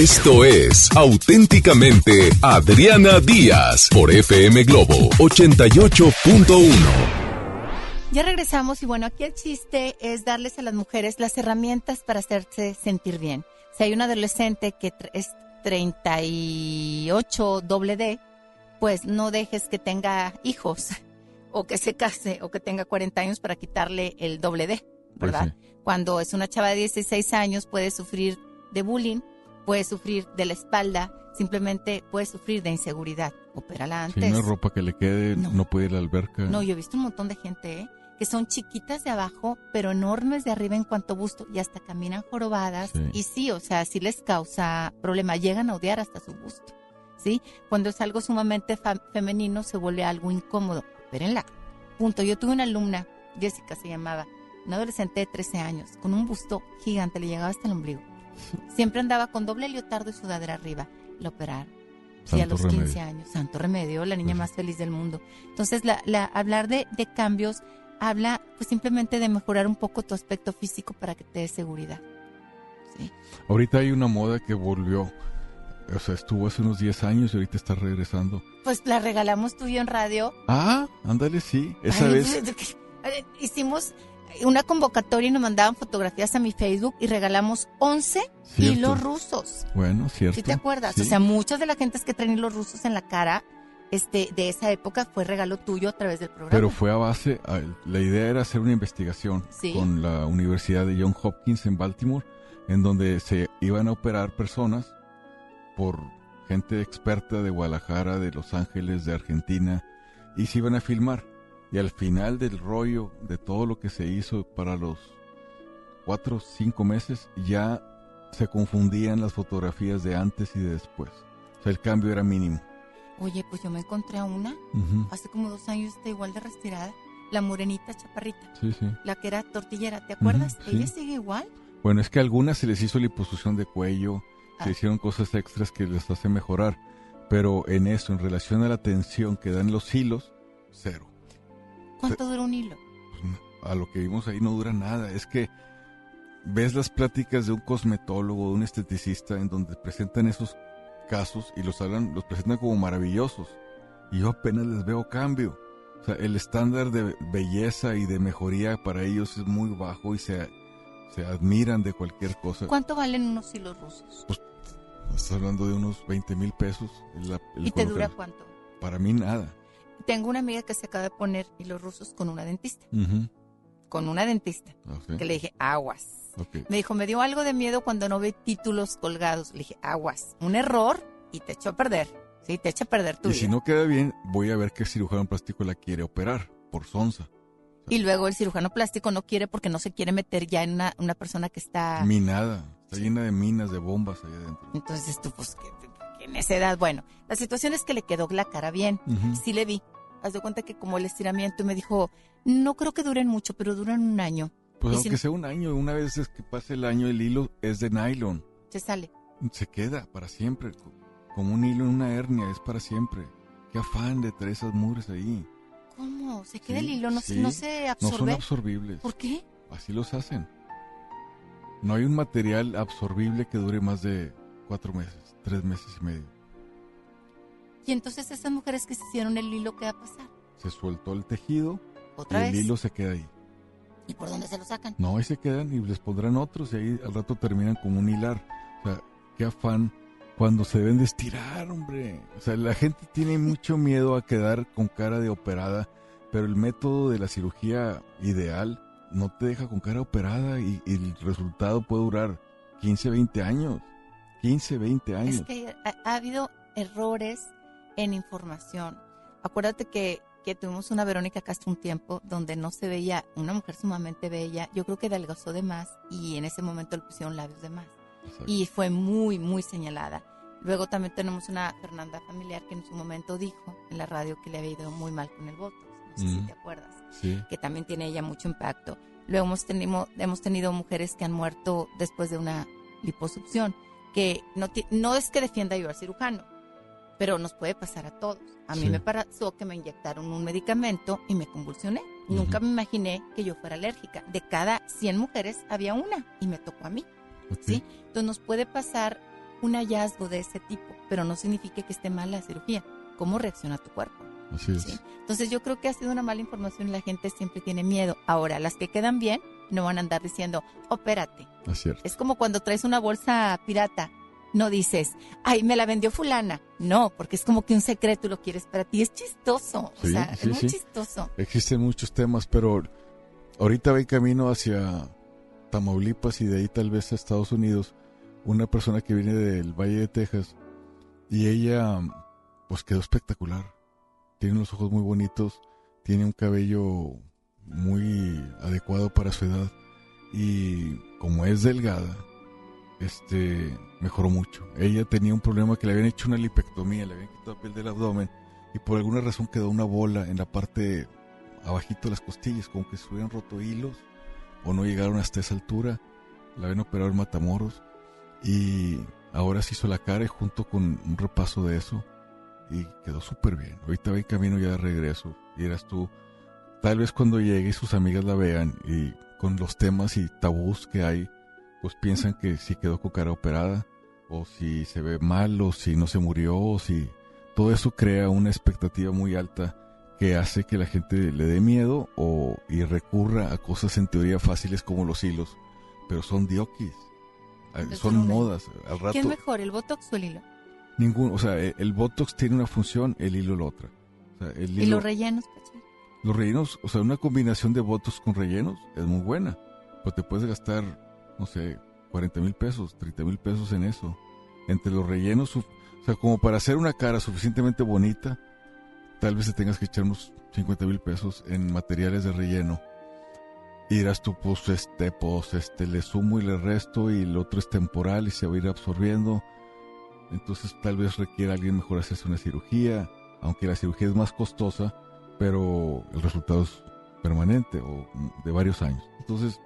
Esto es Auténticamente Adriana Díaz por F M Globo ochenta y ocho punto uno. Ya regresamos y bueno, aquí el chiste es darles a las mujeres las herramientas para hacerse sentir bien. Si hay un adolescente que tr- es treinta y ocho doble D, pues no dejes que tenga hijos o que se case o que tenga cuarenta años para quitarle el doble D, ¿verdad? Pues sí. Cuando es una chava de dieciséis años puede sufrir de bullying, puede sufrir de la espalda, simplemente puede sufrir de inseguridad. Opérala antes. Si no hay ropa que le quede, no, no puede ir a la alberca. No, yo he visto un montón de gente, ¿eh? Que son chiquitas de abajo, pero enormes de arriba en cuanto busto, y hasta caminan jorobadas, Sí. y sí, o sea, sí les causa problema, llegan a odiar hasta su busto, ¿sí? Cuando es algo sumamente fa- femenino, se vuelve algo incómodo. Espérenla, punto. Yo tuve una alumna, Jessica se llamaba, una adolescente de trece años, con un busto gigante, le llegaba hasta el ombligo. Siempre andaba con doble leotardo y sudadera arriba. La operaron. Sí, a Santo los remedio. quince años. Santo remedio, la niña más feliz del mundo. Entonces, la, la, hablar de, de cambios habla pues simplemente de mejorar un poco tu aspecto físico para que te dé seguridad. ¿Sí? Ahorita hay una moda que volvió, o sea, estuvo hace unos diez años y ahorita está regresando. Pues la regalamos tú y yo en radio. Ah, ándale, sí, esa Ay, vez. eh, Hicimos una convocatoria y nos mandaban fotografías a mi Facebook y regalamos once Cierto. hilos rusos. Bueno, cierto. ¿Sí te acuerdas? Sí. O sea, muchas de la gentes que traen hilos rusos en la cara este, de esa época fue regalo tuyo a través del programa. Pero fue a base, a- la idea era hacer una investigación Sí. con la Universidad de Johns Hopkins en Baltimore, en donde se iban a operar personas por gente experta de Guadalajara, de Los Ángeles, de Argentina, y se iban a filmar. Y al final del rollo de todo lo que se hizo para los cuatro o cinco meses, ya se confundían las fotografías de antes y de después. O sea, el cambio era mínimo. Oye, pues yo me encontré a una, Ujú. hace como dos años, está igual de retirada, la morenita chaparrita, Sí, sí. la que era tortillera, ¿te acuerdas? Ujú, sí. Ella sigue igual. Bueno, es que a algunas se les hizo liposucción de cuello, Ah. se hicieron cosas extras que les hace mejorar, pero en eso, en relación a la tensión que dan los hilos, cero. ¿Cuánto dura un hilo? A lo que vimos ahí no dura nada. Es que ves las pláticas de un cosmetólogo, de un esteticista, en donde presentan esos casos y los hablan, los presentan como maravillosos. Y yo apenas les veo cambio. O sea, el estándar de belleza y de mejoría para ellos es muy bajo y se, se admiran de cualquier cosa. ¿Cuánto valen unos hilos rusos? Estás hablando de unos veinte mil pesos. es la- el ¿Y te con lo dura que- cuánto? Para mí nada. Tengo una amiga que se acaba de poner hilos rusos con una dentista. Ujú. Con una dentista. Ah, sí. Que le dije, aguas. Ok. Me dijo, me dio algo de miedo cuando no ve títulos colgados. Le dije, aguas. Un error y te echó a perder. Sí, te echa a perder tu Y vida. si no queda bien, voy a ver qué cirujano plástico la quiere operar, por sonza. Y luego el cirujano plástico no quiere porque no se quiere meter ya en una, una persona que está... Minada, está llena de minas, de bombas ahí adentro. Entonces tú, pues, que, que en esa edad, bueno, la situación es que le quedó la cara bien. Ujú. Sí le vi. Haz de cuenta que como el estiramiento y me dijo, no creo que duren mucho, pero duran un año. Pues Y aunque si- sea un año, una vez es que pase el año, el hilo es de nylon. Se sale. Se queda para siempre. co- Como un hilo en una hernia, es para siempre. Qué afán de traer esas mugres ahí. ¿Cómo? ¿Se queda Sí, el hilo? ¿No, se- sí. no se No absorbe? son absorbibles. ¿Por qué? Así los hacen. No hay un material absorbible que dure más de cuatro meses, tres meses y medio. Y entonces esas mujeres que se hicieron el hilo, ¿qué va a pasar? Se sueltó el tejido ¿Otra y el vez? hilo se queda ahí. ¿Y por dónde se lo sacan? No, ahí se quedan y les pondrán otros y ahí al rato terminan como un hilar. O sea, qué afán cuando se deben de estirar, hombre. O sea, la gente tiene mucho miedo a quedar con cara de operada, pero el método de la cirugía ideal no te deja con cara operada y, y el resultado puede durar quince, veinte años. quince, veinte años. Es que ha, ha habido errores en información. Acuérdate que, que tuvimos una Verónica Castro un tiempo donde no se veía una mujer sumamente bella. Yo creo que adelgazó de más y en ese momento le pusieron labios de más. Exacto. Y fue muy, muy señalada. Luego también tenemos una Fernanda Familiar que en su momento dijo en la radio que le había ido muy mal con el Botox. No sé Mm. si te acuerdas. Sí. Que también tiene ella mucho impacto. Luego hemos tenido, hemos tenido mujeres que han muerto después de una liposucción, que no, ti- no es que defienda yo al cirujano, pero nos puede pasar a todos. A mí Sí. me pasó que me inyectaron un medicamento y me convulsioné. Nunca me imaginé que yo fuera alérgica. De cada cien mujeres había una y me tocó a mí. Ok. ¿Sí? Entonces nos puede pasar un hallazgo de ese tipo, pero no significa que esté mal la cirugía. ¿Cómo reacciona tu cuerpo? Así es. ¿Sí? Entonces yo creo que ha sido una mala información y la gente siempre tiene miedo. Ahora, las que quedan bien no van a andar diciendo, opérate. Es cierto. Es como cuando traes una bolsa pirata. No dices, ay, me la vendió fulana. No, porque es como que un secreto y lo quieres para ti. Es chistoso. Sí, o sea, sí, es muy sí. chistoso. Existen muchos temas, pero ahorita va en camino hacia Tamaulipas y de ahí tal vez a Estados Unidos una persona que viene del Valle de Texas y ella pues quedó espectacular. Tiene los ojos muy bonitos, tiene un cabello muy adecuado para su edad y como es delgada, este mejoró mucho. Ella tenía un problema que le habían hecho una lipectomía, le habían quitado piel del abdomen y por alguna razón quedó una bola en la parte abajito de las costillas, como que se hubieran roto hilos o no llegaron hasta esa altura. La habían operado en Matamoros y ahora se hizo la cara y junto con un repaso de eso y quedó súper bien. Ahorita va en camino ya de regreso y eras tú, tal vez cuando llegue y sus amigas la vean y con los temas y tabús que hay, pues piensan que si quedó con cara operada o si se ve mal o si no se murió o si todo eso crea una expectativa muy alta que hace que la gente le dé miedo o y recurra a cosas en teoría fáciles como los hilos, pero son diokis, son modas. Al rato, ¿qué es mejor, el botox o el hilo? Ninguno, o sea, el, el botox tiene una función, el hilo la otra. O sea, el hilo, ¿y los rellenos, Pache? Los rellenos, o sea, una combinación de botox con rellenos es muy buena, pues te puedes gastar, no sé, cuarenta mil pesos, treinta mil pesos en eso. Entre los rellenos, o sea, como para hacer una cara suficientemente bonita, tal vez te tengas que echar unos cincuenta mil pesos en materiales de relleno. Y dirás tú, pues este, pues este, le sumo y le resto y el otro es temporal y se va a ir absorbiendo. Entonces tal vez requiera alguien mejor hacerse una cirugía, aunque la cirugía es más costosa, pero el resultado es permanente o de varios años. Entonces...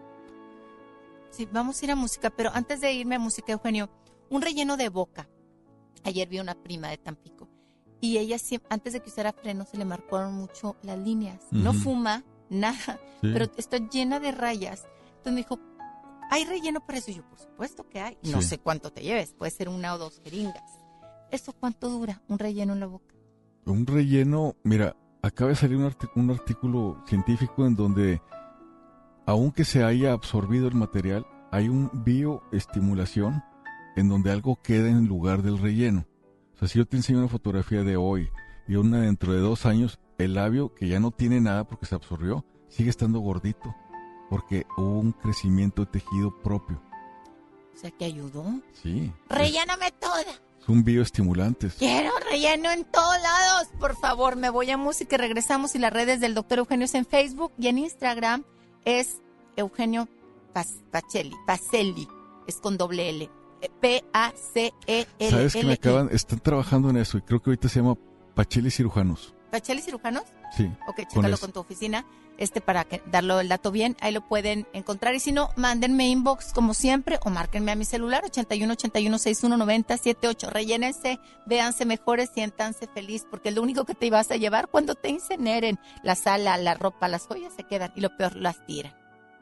Sí, vamos a ir a música, pero antes de irme a música, Eugenio, un relleno de boca. Ayer vi una prima de Tampico y ella, antes de que usara freno, se le marcaron mucho las líneas. Uh-huh. No fuma, nada, sí, pero está llena de rayas. Entonces me dijo, ¿hay relleno para eso? Y yo, por supuesto que hay. No sí. sé cuánto te lleves, puede ser una o dos jeringas. ¿Eso cuánto dura, un relleno en la boca? Un relleno, mira, acaba de salir un, artic- un artículo científico en donde, aunque se haya absorbido el material, hay un bioestimulación en donde algo queda en lugar del relleno. O sea, si yo te enseño una fotografía de hoy y una dentro de dos años, el labio, que ya no tiene nada porque se absorbió, sigue estando gordito, porque hubo un crecimiento de tejido propio. O sea, que ayudó. Sí. ¡Relléname toda! Es un bioestimulante. Quiero relleno en todos lados. Por favor, me voy a música y regresamos. Y las redes del doctor Eugenio es en Facebook y en Instagram es Eugenio Pacelli. Pacelli, es con doble L. P A C E L L. ¿Sabes que me acaban? Están trabajando en eso y creo que ahorita se llama Pacelli Cirujanos. ¿Pacelli Cirujanos? Sí. Ok, chécalo con, con tu oficina, este para que, darlo el dato bien, ahí lo pueden encontrar. Y si no, mándenme inbox como siempre o márquenme a mi celular ochenta y uno, ochenta y uno, sesenta y uno, noventa, setenta y ocho. Rellénense, véanse mejores, siéntanse feliz, porque es lo único que te vas a llevar cuando te incineren. La sala, la ropa, las joyas se quedan y lo peor, las tiran.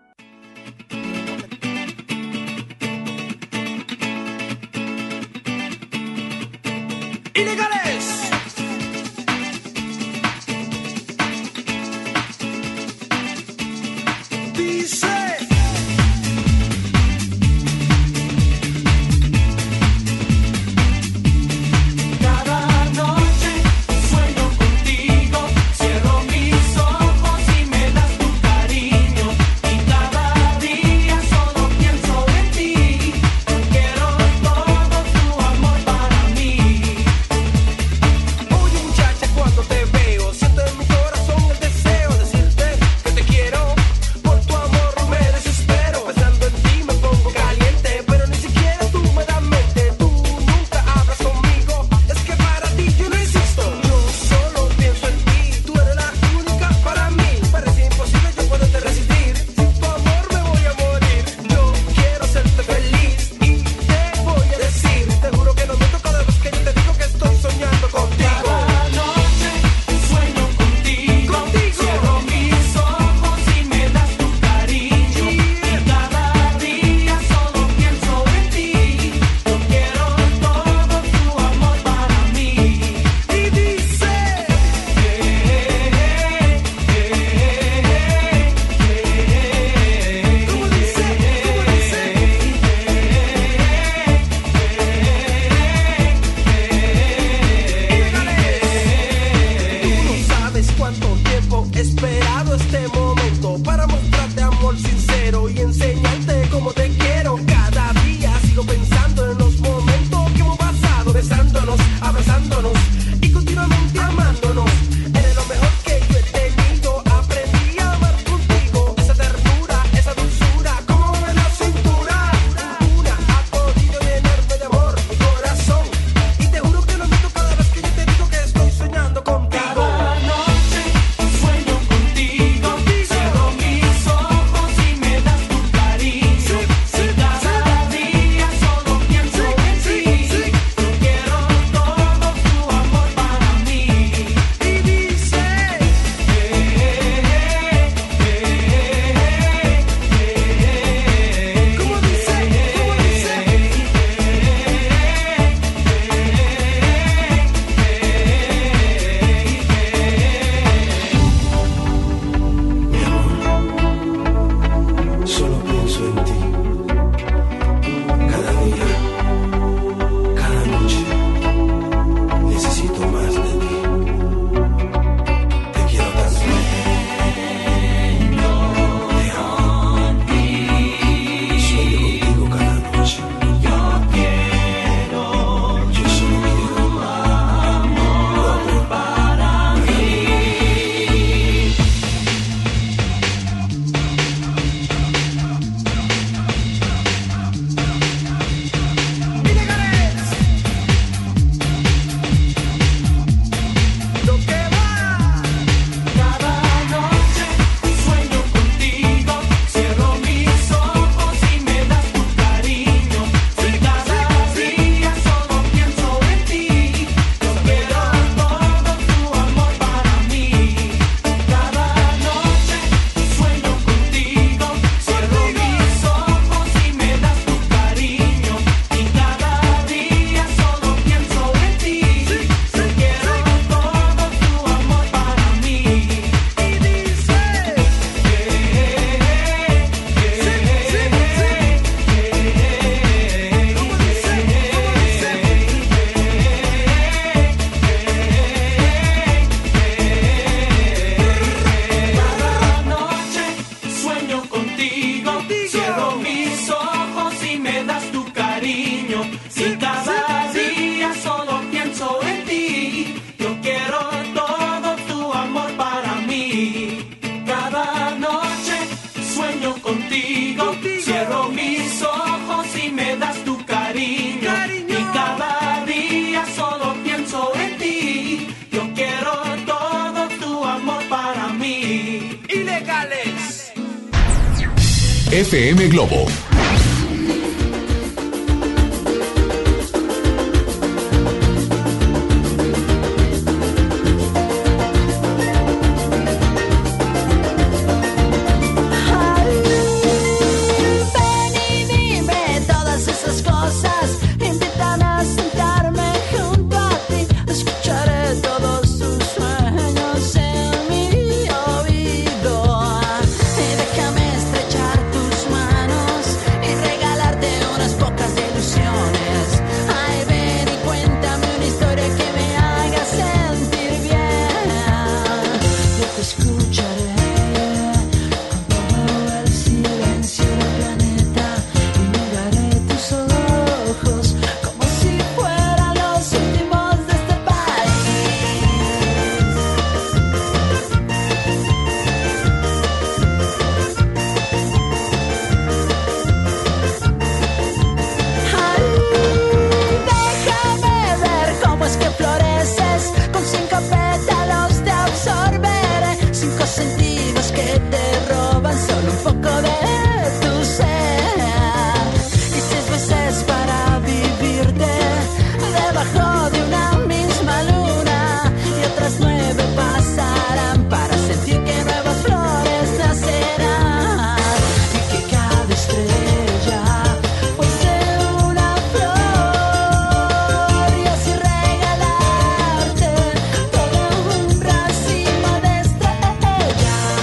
¡Ilegales! Dice cada noche sueño contigo, cierro mis ojos y me das tu cariño, y cada día solo pienso en ti, quiero todo tu amor para mí. F M Globo. Ven y dime todas esas cosas, invítame a sentarme junto a ti, escucharé todos tus sueños en mi oído y déjame estrechar tus manos y regalarte unas pocas ilusiones. Ay, ven y cuéntame una historia que me haga sentir bien. Yo te escucharé el silencio del planeta y miraré tus ojos como si fueran los últimos de este país. Ay, déjame ver cómo es que floreces, con cinco pétalos te absorberé, cinco sentidos que te roban solo un poco de tu ser, y seis veces para vivirte debajo de una misma luna, y otras nueve pasarán para sentir que nuevas flores nacerán, y que cada estrella fuese una flor, y así regalarte todo un racimo de estrellas.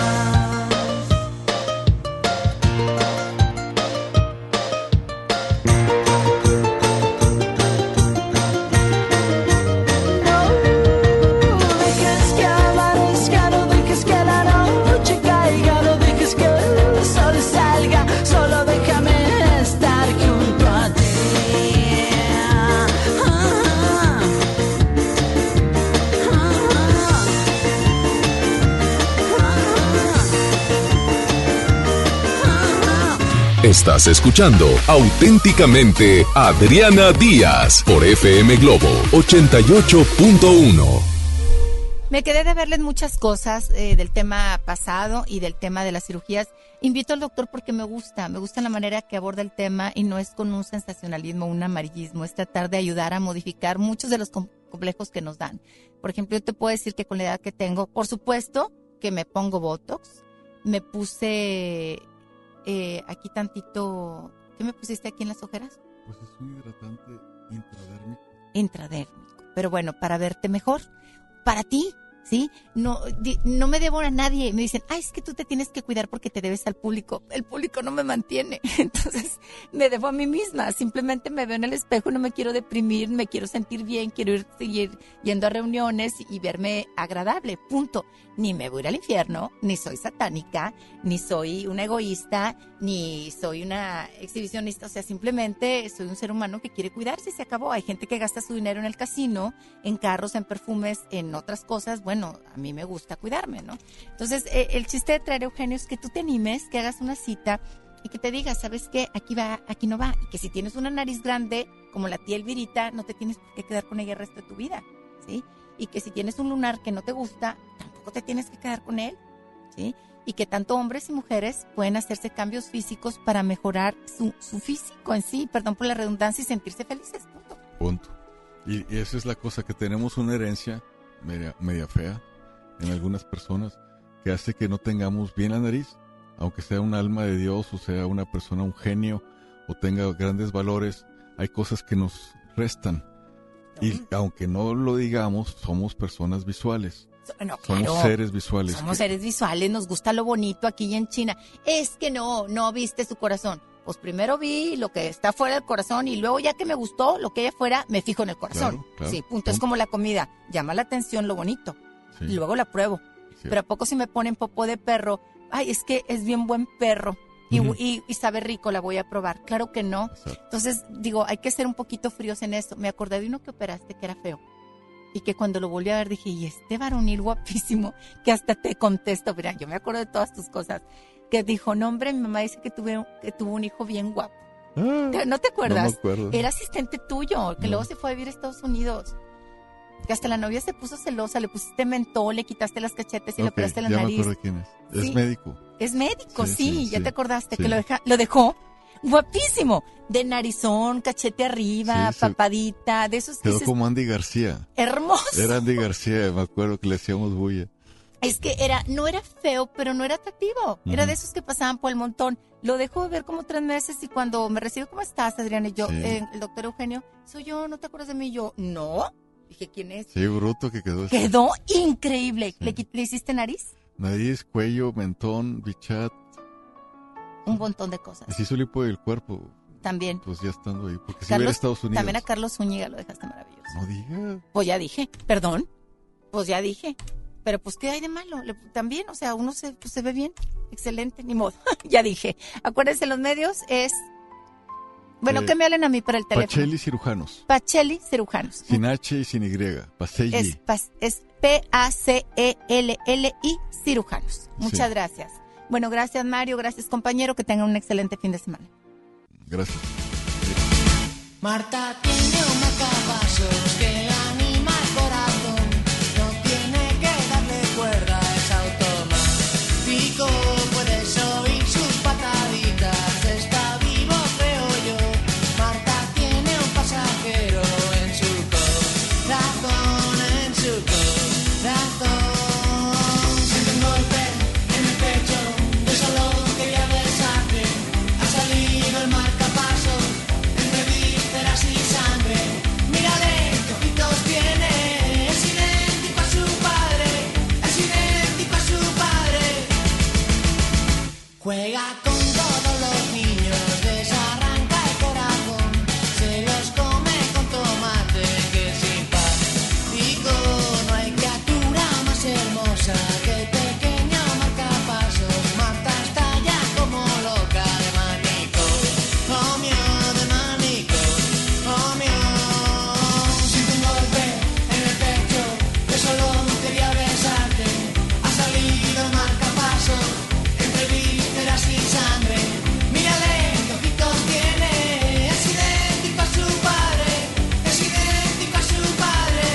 No dejes que amanezca, no dejes que la noche caiga, no dejes que el sol salga, solo déjame estar junto a ti. Estás escuchando Auténticamente Adriana Díaz por F M Globo ochenta y ocho punto uno. Me quedé de verles muchas cosas eh, del tema pasado y del tema de las cirugías. Invito al doctor porque me gusta, me gusta la manera que aborda el tema y no es con un sensacionalismo, un amarillismo, es tratar de ayudar a modificar muchos de los com- complejos que nos dan. Por ejemplo, yo te puedo decir que con la edad que tengo, por supuesto que me pongo Botox, me puse eh, aquí tantito, ¿qué me pusiste aquí en las ojeras? Pues es un hidratante intradérmico. Intradérmico, pero bueno, para verte mejor, para ti, ¿sí? No, di- no me debo a nadie. Me dicen, ay, es que tú te tienes que cuidar porque te debes al público. El público no me mantiene. Entonces, me debo a mí misma. Simplemente me veo en el espejo, no me quiero deprimir, me quiero sentir bien, quiero ir, seguir yendo a reuniones y verme agradable. Punto. Ni me voy a ir al infierno, ni soy satánica, ni soy una egoísta, ni soy una exhibicionista. O sea, simplemente soy un ser humano que quiere cuidarse y se acabó. Hay gente que gasta su dinero en el casino, en carros, en perfumes, en otras cosas. Bueno, a mí me gusta cuidarme, ¿no? Entonces, eh, el chiste de traer, Eugenio, es que tú te animes, que hagas una cita y que te digas, ¿sabes qué? Aquí va, aquí no va. Y que si tienes una nariz grande, como la tía Elvirita, no te tienes por qué quedar con ella el resto de tu vida, ¿sí? Y que si tienes un lunar que no te gusta, tampoco te tienes que quedar con él, ¿sí? Y que tanto hombres y mujeres pueden hacerse cambios físicos para mejorar su, su físico en sí, perdón por la redundancia, y sentirse felices, punto. Punto. Y, y esa es la cosa, que tenemos una herencia media, media fea en algunas personas que hace que no tengamos bien la nariz, aunque sea un alma de Dios o sea una persona, un genio o tenga grandes valores, hay cosas que nos restan. Y aunque no lo digamos, somos personas visuales. No, somos claro, seres visuales. Somos que- seres visuales, nos gusta lo bonito aquí y en China. Es que no, no viste su corazón. Pues primero vi lo que está fuera del corazón y luego ya que me gustó lo que hay afuera, me fijo en el corazón. Claro, claro, sí, punto. punto. Es como la comida. Llama la atención lo bonito. Sí. Y luego la pruebo. Sí. Pero ¿a poco si me ponen popó de perro? Ay, es que es bien buen perro. Y, Ujú. y, y sabe rico, la voy a probar. Claro que no. Exacto. Entonces, digo, hay que ser un poquito fríos en eso. Me acordé de uno que operaste que era feo. Y que cuando lo volví a ver dije, y este varonil guapísimo, que hasta te contesto, mira, yo me acuerdo de todas tus cosas. Que dijo, no hombre, mi mamá dice que, tuve, que tuvo un hijo bien guapo. Ah, ¿Te- ¿No te acuerdas? no me acuerdo. Era asistente tuyo, que No. luego se fue a vivir a Estados Unidos. que hasta la novia se puso celosa, le pusiste mentol, le quitaste las cachetes y Ok, le pegaste la ya nariz. me acuerdo quién es. Sí. Es médico. Es médico, sí, Sí, sí, ya sí. te acordaste Sí. que lo, deja, lo dejó guapísimo, de narizón, cachete arriba, Sí, se- papadita, de esos que Quedó dices, como Andy García. hermoso. Era Andy García, me acuerdo que le hacíamos bulla. Es que era, no era feo, pero no era atractivo. Era Ujú. de esos que pasaban por el montón. Lo dejó de ver como tres meses y cuando me recibió, ¿cómo estás, Adriana? Y yo, Sí. eh, el doctor Eugenio, soy yo, ¿no te acuerdas de mí? Y yo, no. Dije, ¿quién es? Sí, bruto que quedó. ese. Quedó increíble. ¿Le, quit- ¿Le hiciste nariz? Nariz, cuello, mentón, bichat. Un montón de cosas. Se hizo lipo del cuerpo. También. Pues ya estando ahí. Porque si hubiera Estados Unidos. También a Carlos Zúñiga lo dejaste maravilloso. No diga. Pues ya dije, perdón. Pues ya dije. Pero pues, ¿qué hay de malo? Le- también, o sea, uno se, pues, se ve bien. Excelente, ni modo. Ya dije. Acuérdense, los medios es... Bueno, Eh, que me hablen a mí para el teléfono. Pacheli Cirujanos. Pacheli Cirujanos. Sin H y sin Y. Paceli. Es, pas- es P A C E L L I Cirujanos. Muchas Sí. gracias. Bueno, gracias Mario, gracias compañero, que tengan un excelente fin de semana. Gracias. Marta tiene un marcapasos que anima el corazón. No tiene que darle cuerda, es automático. Puedes oír sus pataditas, está vivo, creo yo. Marta tiene un pasajero en su corazón, en su corazón. Siente un golpe en el pecho, yo solo quería besarte. Ha salido el marcapasos entre vísceras y sangre. Mírale qué ojitos tiene, es idéntico a su padre, es idéntico a su padre. Juega con todos los niños, desarranca el corazón, se los come con tomate, que simpático. No hay criatura más hermosa que el pequeño marcapasos. Marta está ya como loca de manico, oh mío, de manico, oh mío. Siento un golpe en el pecho, yo solo quería besarte. Ha salido el marcapasos entre vísceras y sangre. Mírale qué ojitos tiene, es idéntico a su padre, es idéntico a su padre.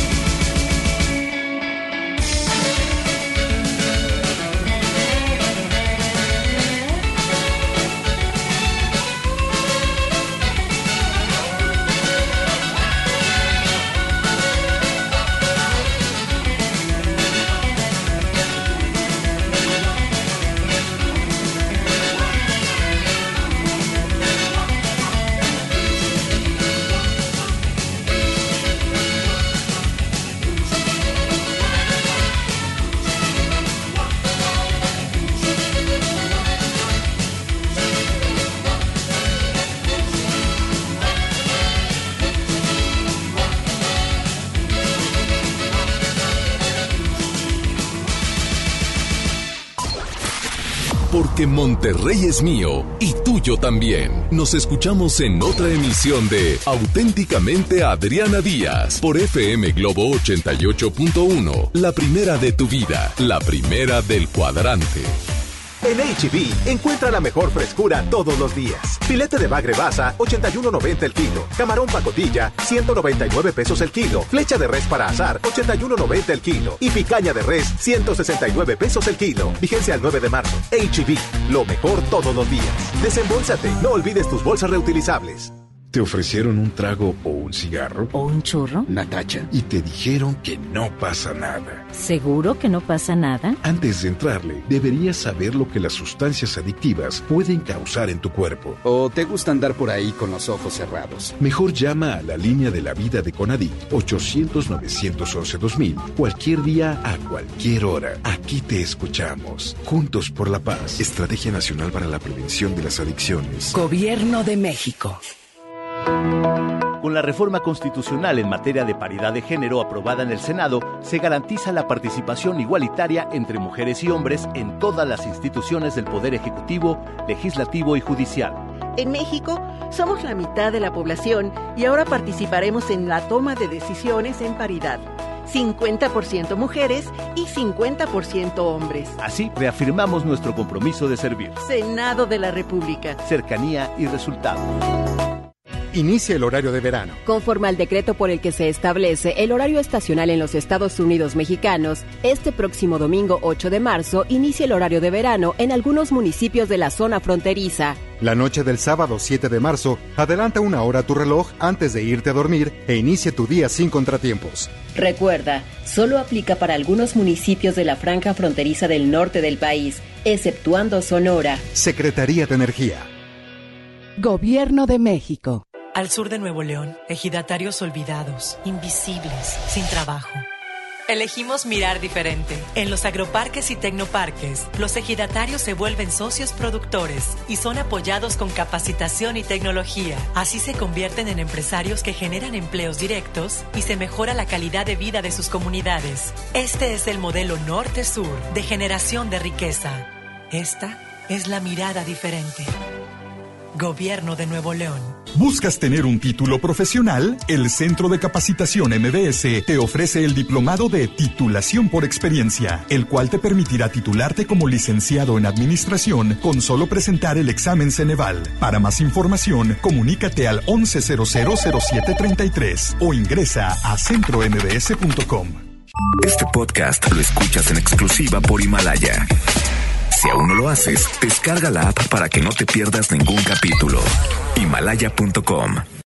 Porque Monterrey es mío y tuyo también. Nos escuchamos en otra emisión de Auténticamente Adriana Díaz por F M Globo ochenta y ocho punto uno. La primera de tu vida, la primera del cuadrante. En H E B, encuentra la mejor frescura todos los días. Filete de bagre basa, ochenta y uno noventa el kilo. Camarón pacotilla, ciento noventa y nueve pesos el kilo. Flecha de res para asar, ochenta y uno noventa el kilo. Y picaña de res, ciento sesenta y nueve pesos el kilo. Vigencia al nueve de marzo. H E B, lo mejor todos los días. Desembolsate, no olvides tus bolsas reutilizables. ¿Te ofrecieron un trago o un cigarro? ¿O un churro? Natacha. Y te dijeron que no pasa nada. ¿Seguro que no pasa nada? Antes de entrarle, deberías saber lo que las sustancias adictivas pueden causar en tu cuerpo. ¿O te gusta andar por ahí con los ojos cerrados? Mejor llama a la línea de la vida de Conadic ochocientos, novecientos once, dos mil cualquier día, a cualquier hora. Aquí te escuchamos. Juntos por la paz. Estrategia Nacional para la Prevención de las Adicciones. Gobierno de México. Con la reforma constitucional en materia de paridad de género aprobada en el Senado, se garantiza la participación igualitaria entre mujeres y hombres en todas las instituciones del Poder Ejecutivo, Legislativo y Judicial. En México somos la mitad de la población y ahora participaremos en la toma de decisiones en paridad. cincuenta por ciento mujeres y cincuenta por ciento hombres. Así reafirmamos nuestro compromiso de servir. Senado de la República. Cercanía y resultados. inicia el horario de verano. Conforme al decreto por el que se establece el horario estacional en los Estados Unidos mexicanos, este próximo domingo ocho de marzo inicia el horario de verano en algunos municipios de la zona fronteriza. La noche del sábado siete de marzo, adelanta una hora tu reloj antes de irte a dormir e inicia tu día sin contratiempos. Recuerda, solo aplica para algunos municipios de la franja fronteriza del norte del país, exceptuando Sonora. Secretaría de Energía. Gobierno de México. Al sur de Nuevo León, ejidatarios olvidados, invisibles, sin trabajo. Elegimos mirar diferente. En los agroparques y tecnoparques, los ejidatarios se vuelven socios productores y son apoyados con capacitación y tecnología. Así se convierten en empresarios que generan empleos directos y se mejora la calidad de vida de sus comunidades. Este es el modelo norte-sur de generación de riqueza. Esta es la mirada diferente. Gobierno de Nuevo León. ¿Buscas tener un título profesional? El Centro de Capacitación M B S te ofrece el diplomado de titulación por experiencia, el cual te permitirá titularte como licenciado en administración con solo presentar el examen Ceneval. Para más información, comunícate al once cero cero cero siete treinta y tres o ingresa a centro m b s punto com. Este podcast lo escuchas en exclusiva por Himalaya. Si aún no lo haces, descarga la app para que no te pierdas ningún capítulo. Himalaya punto com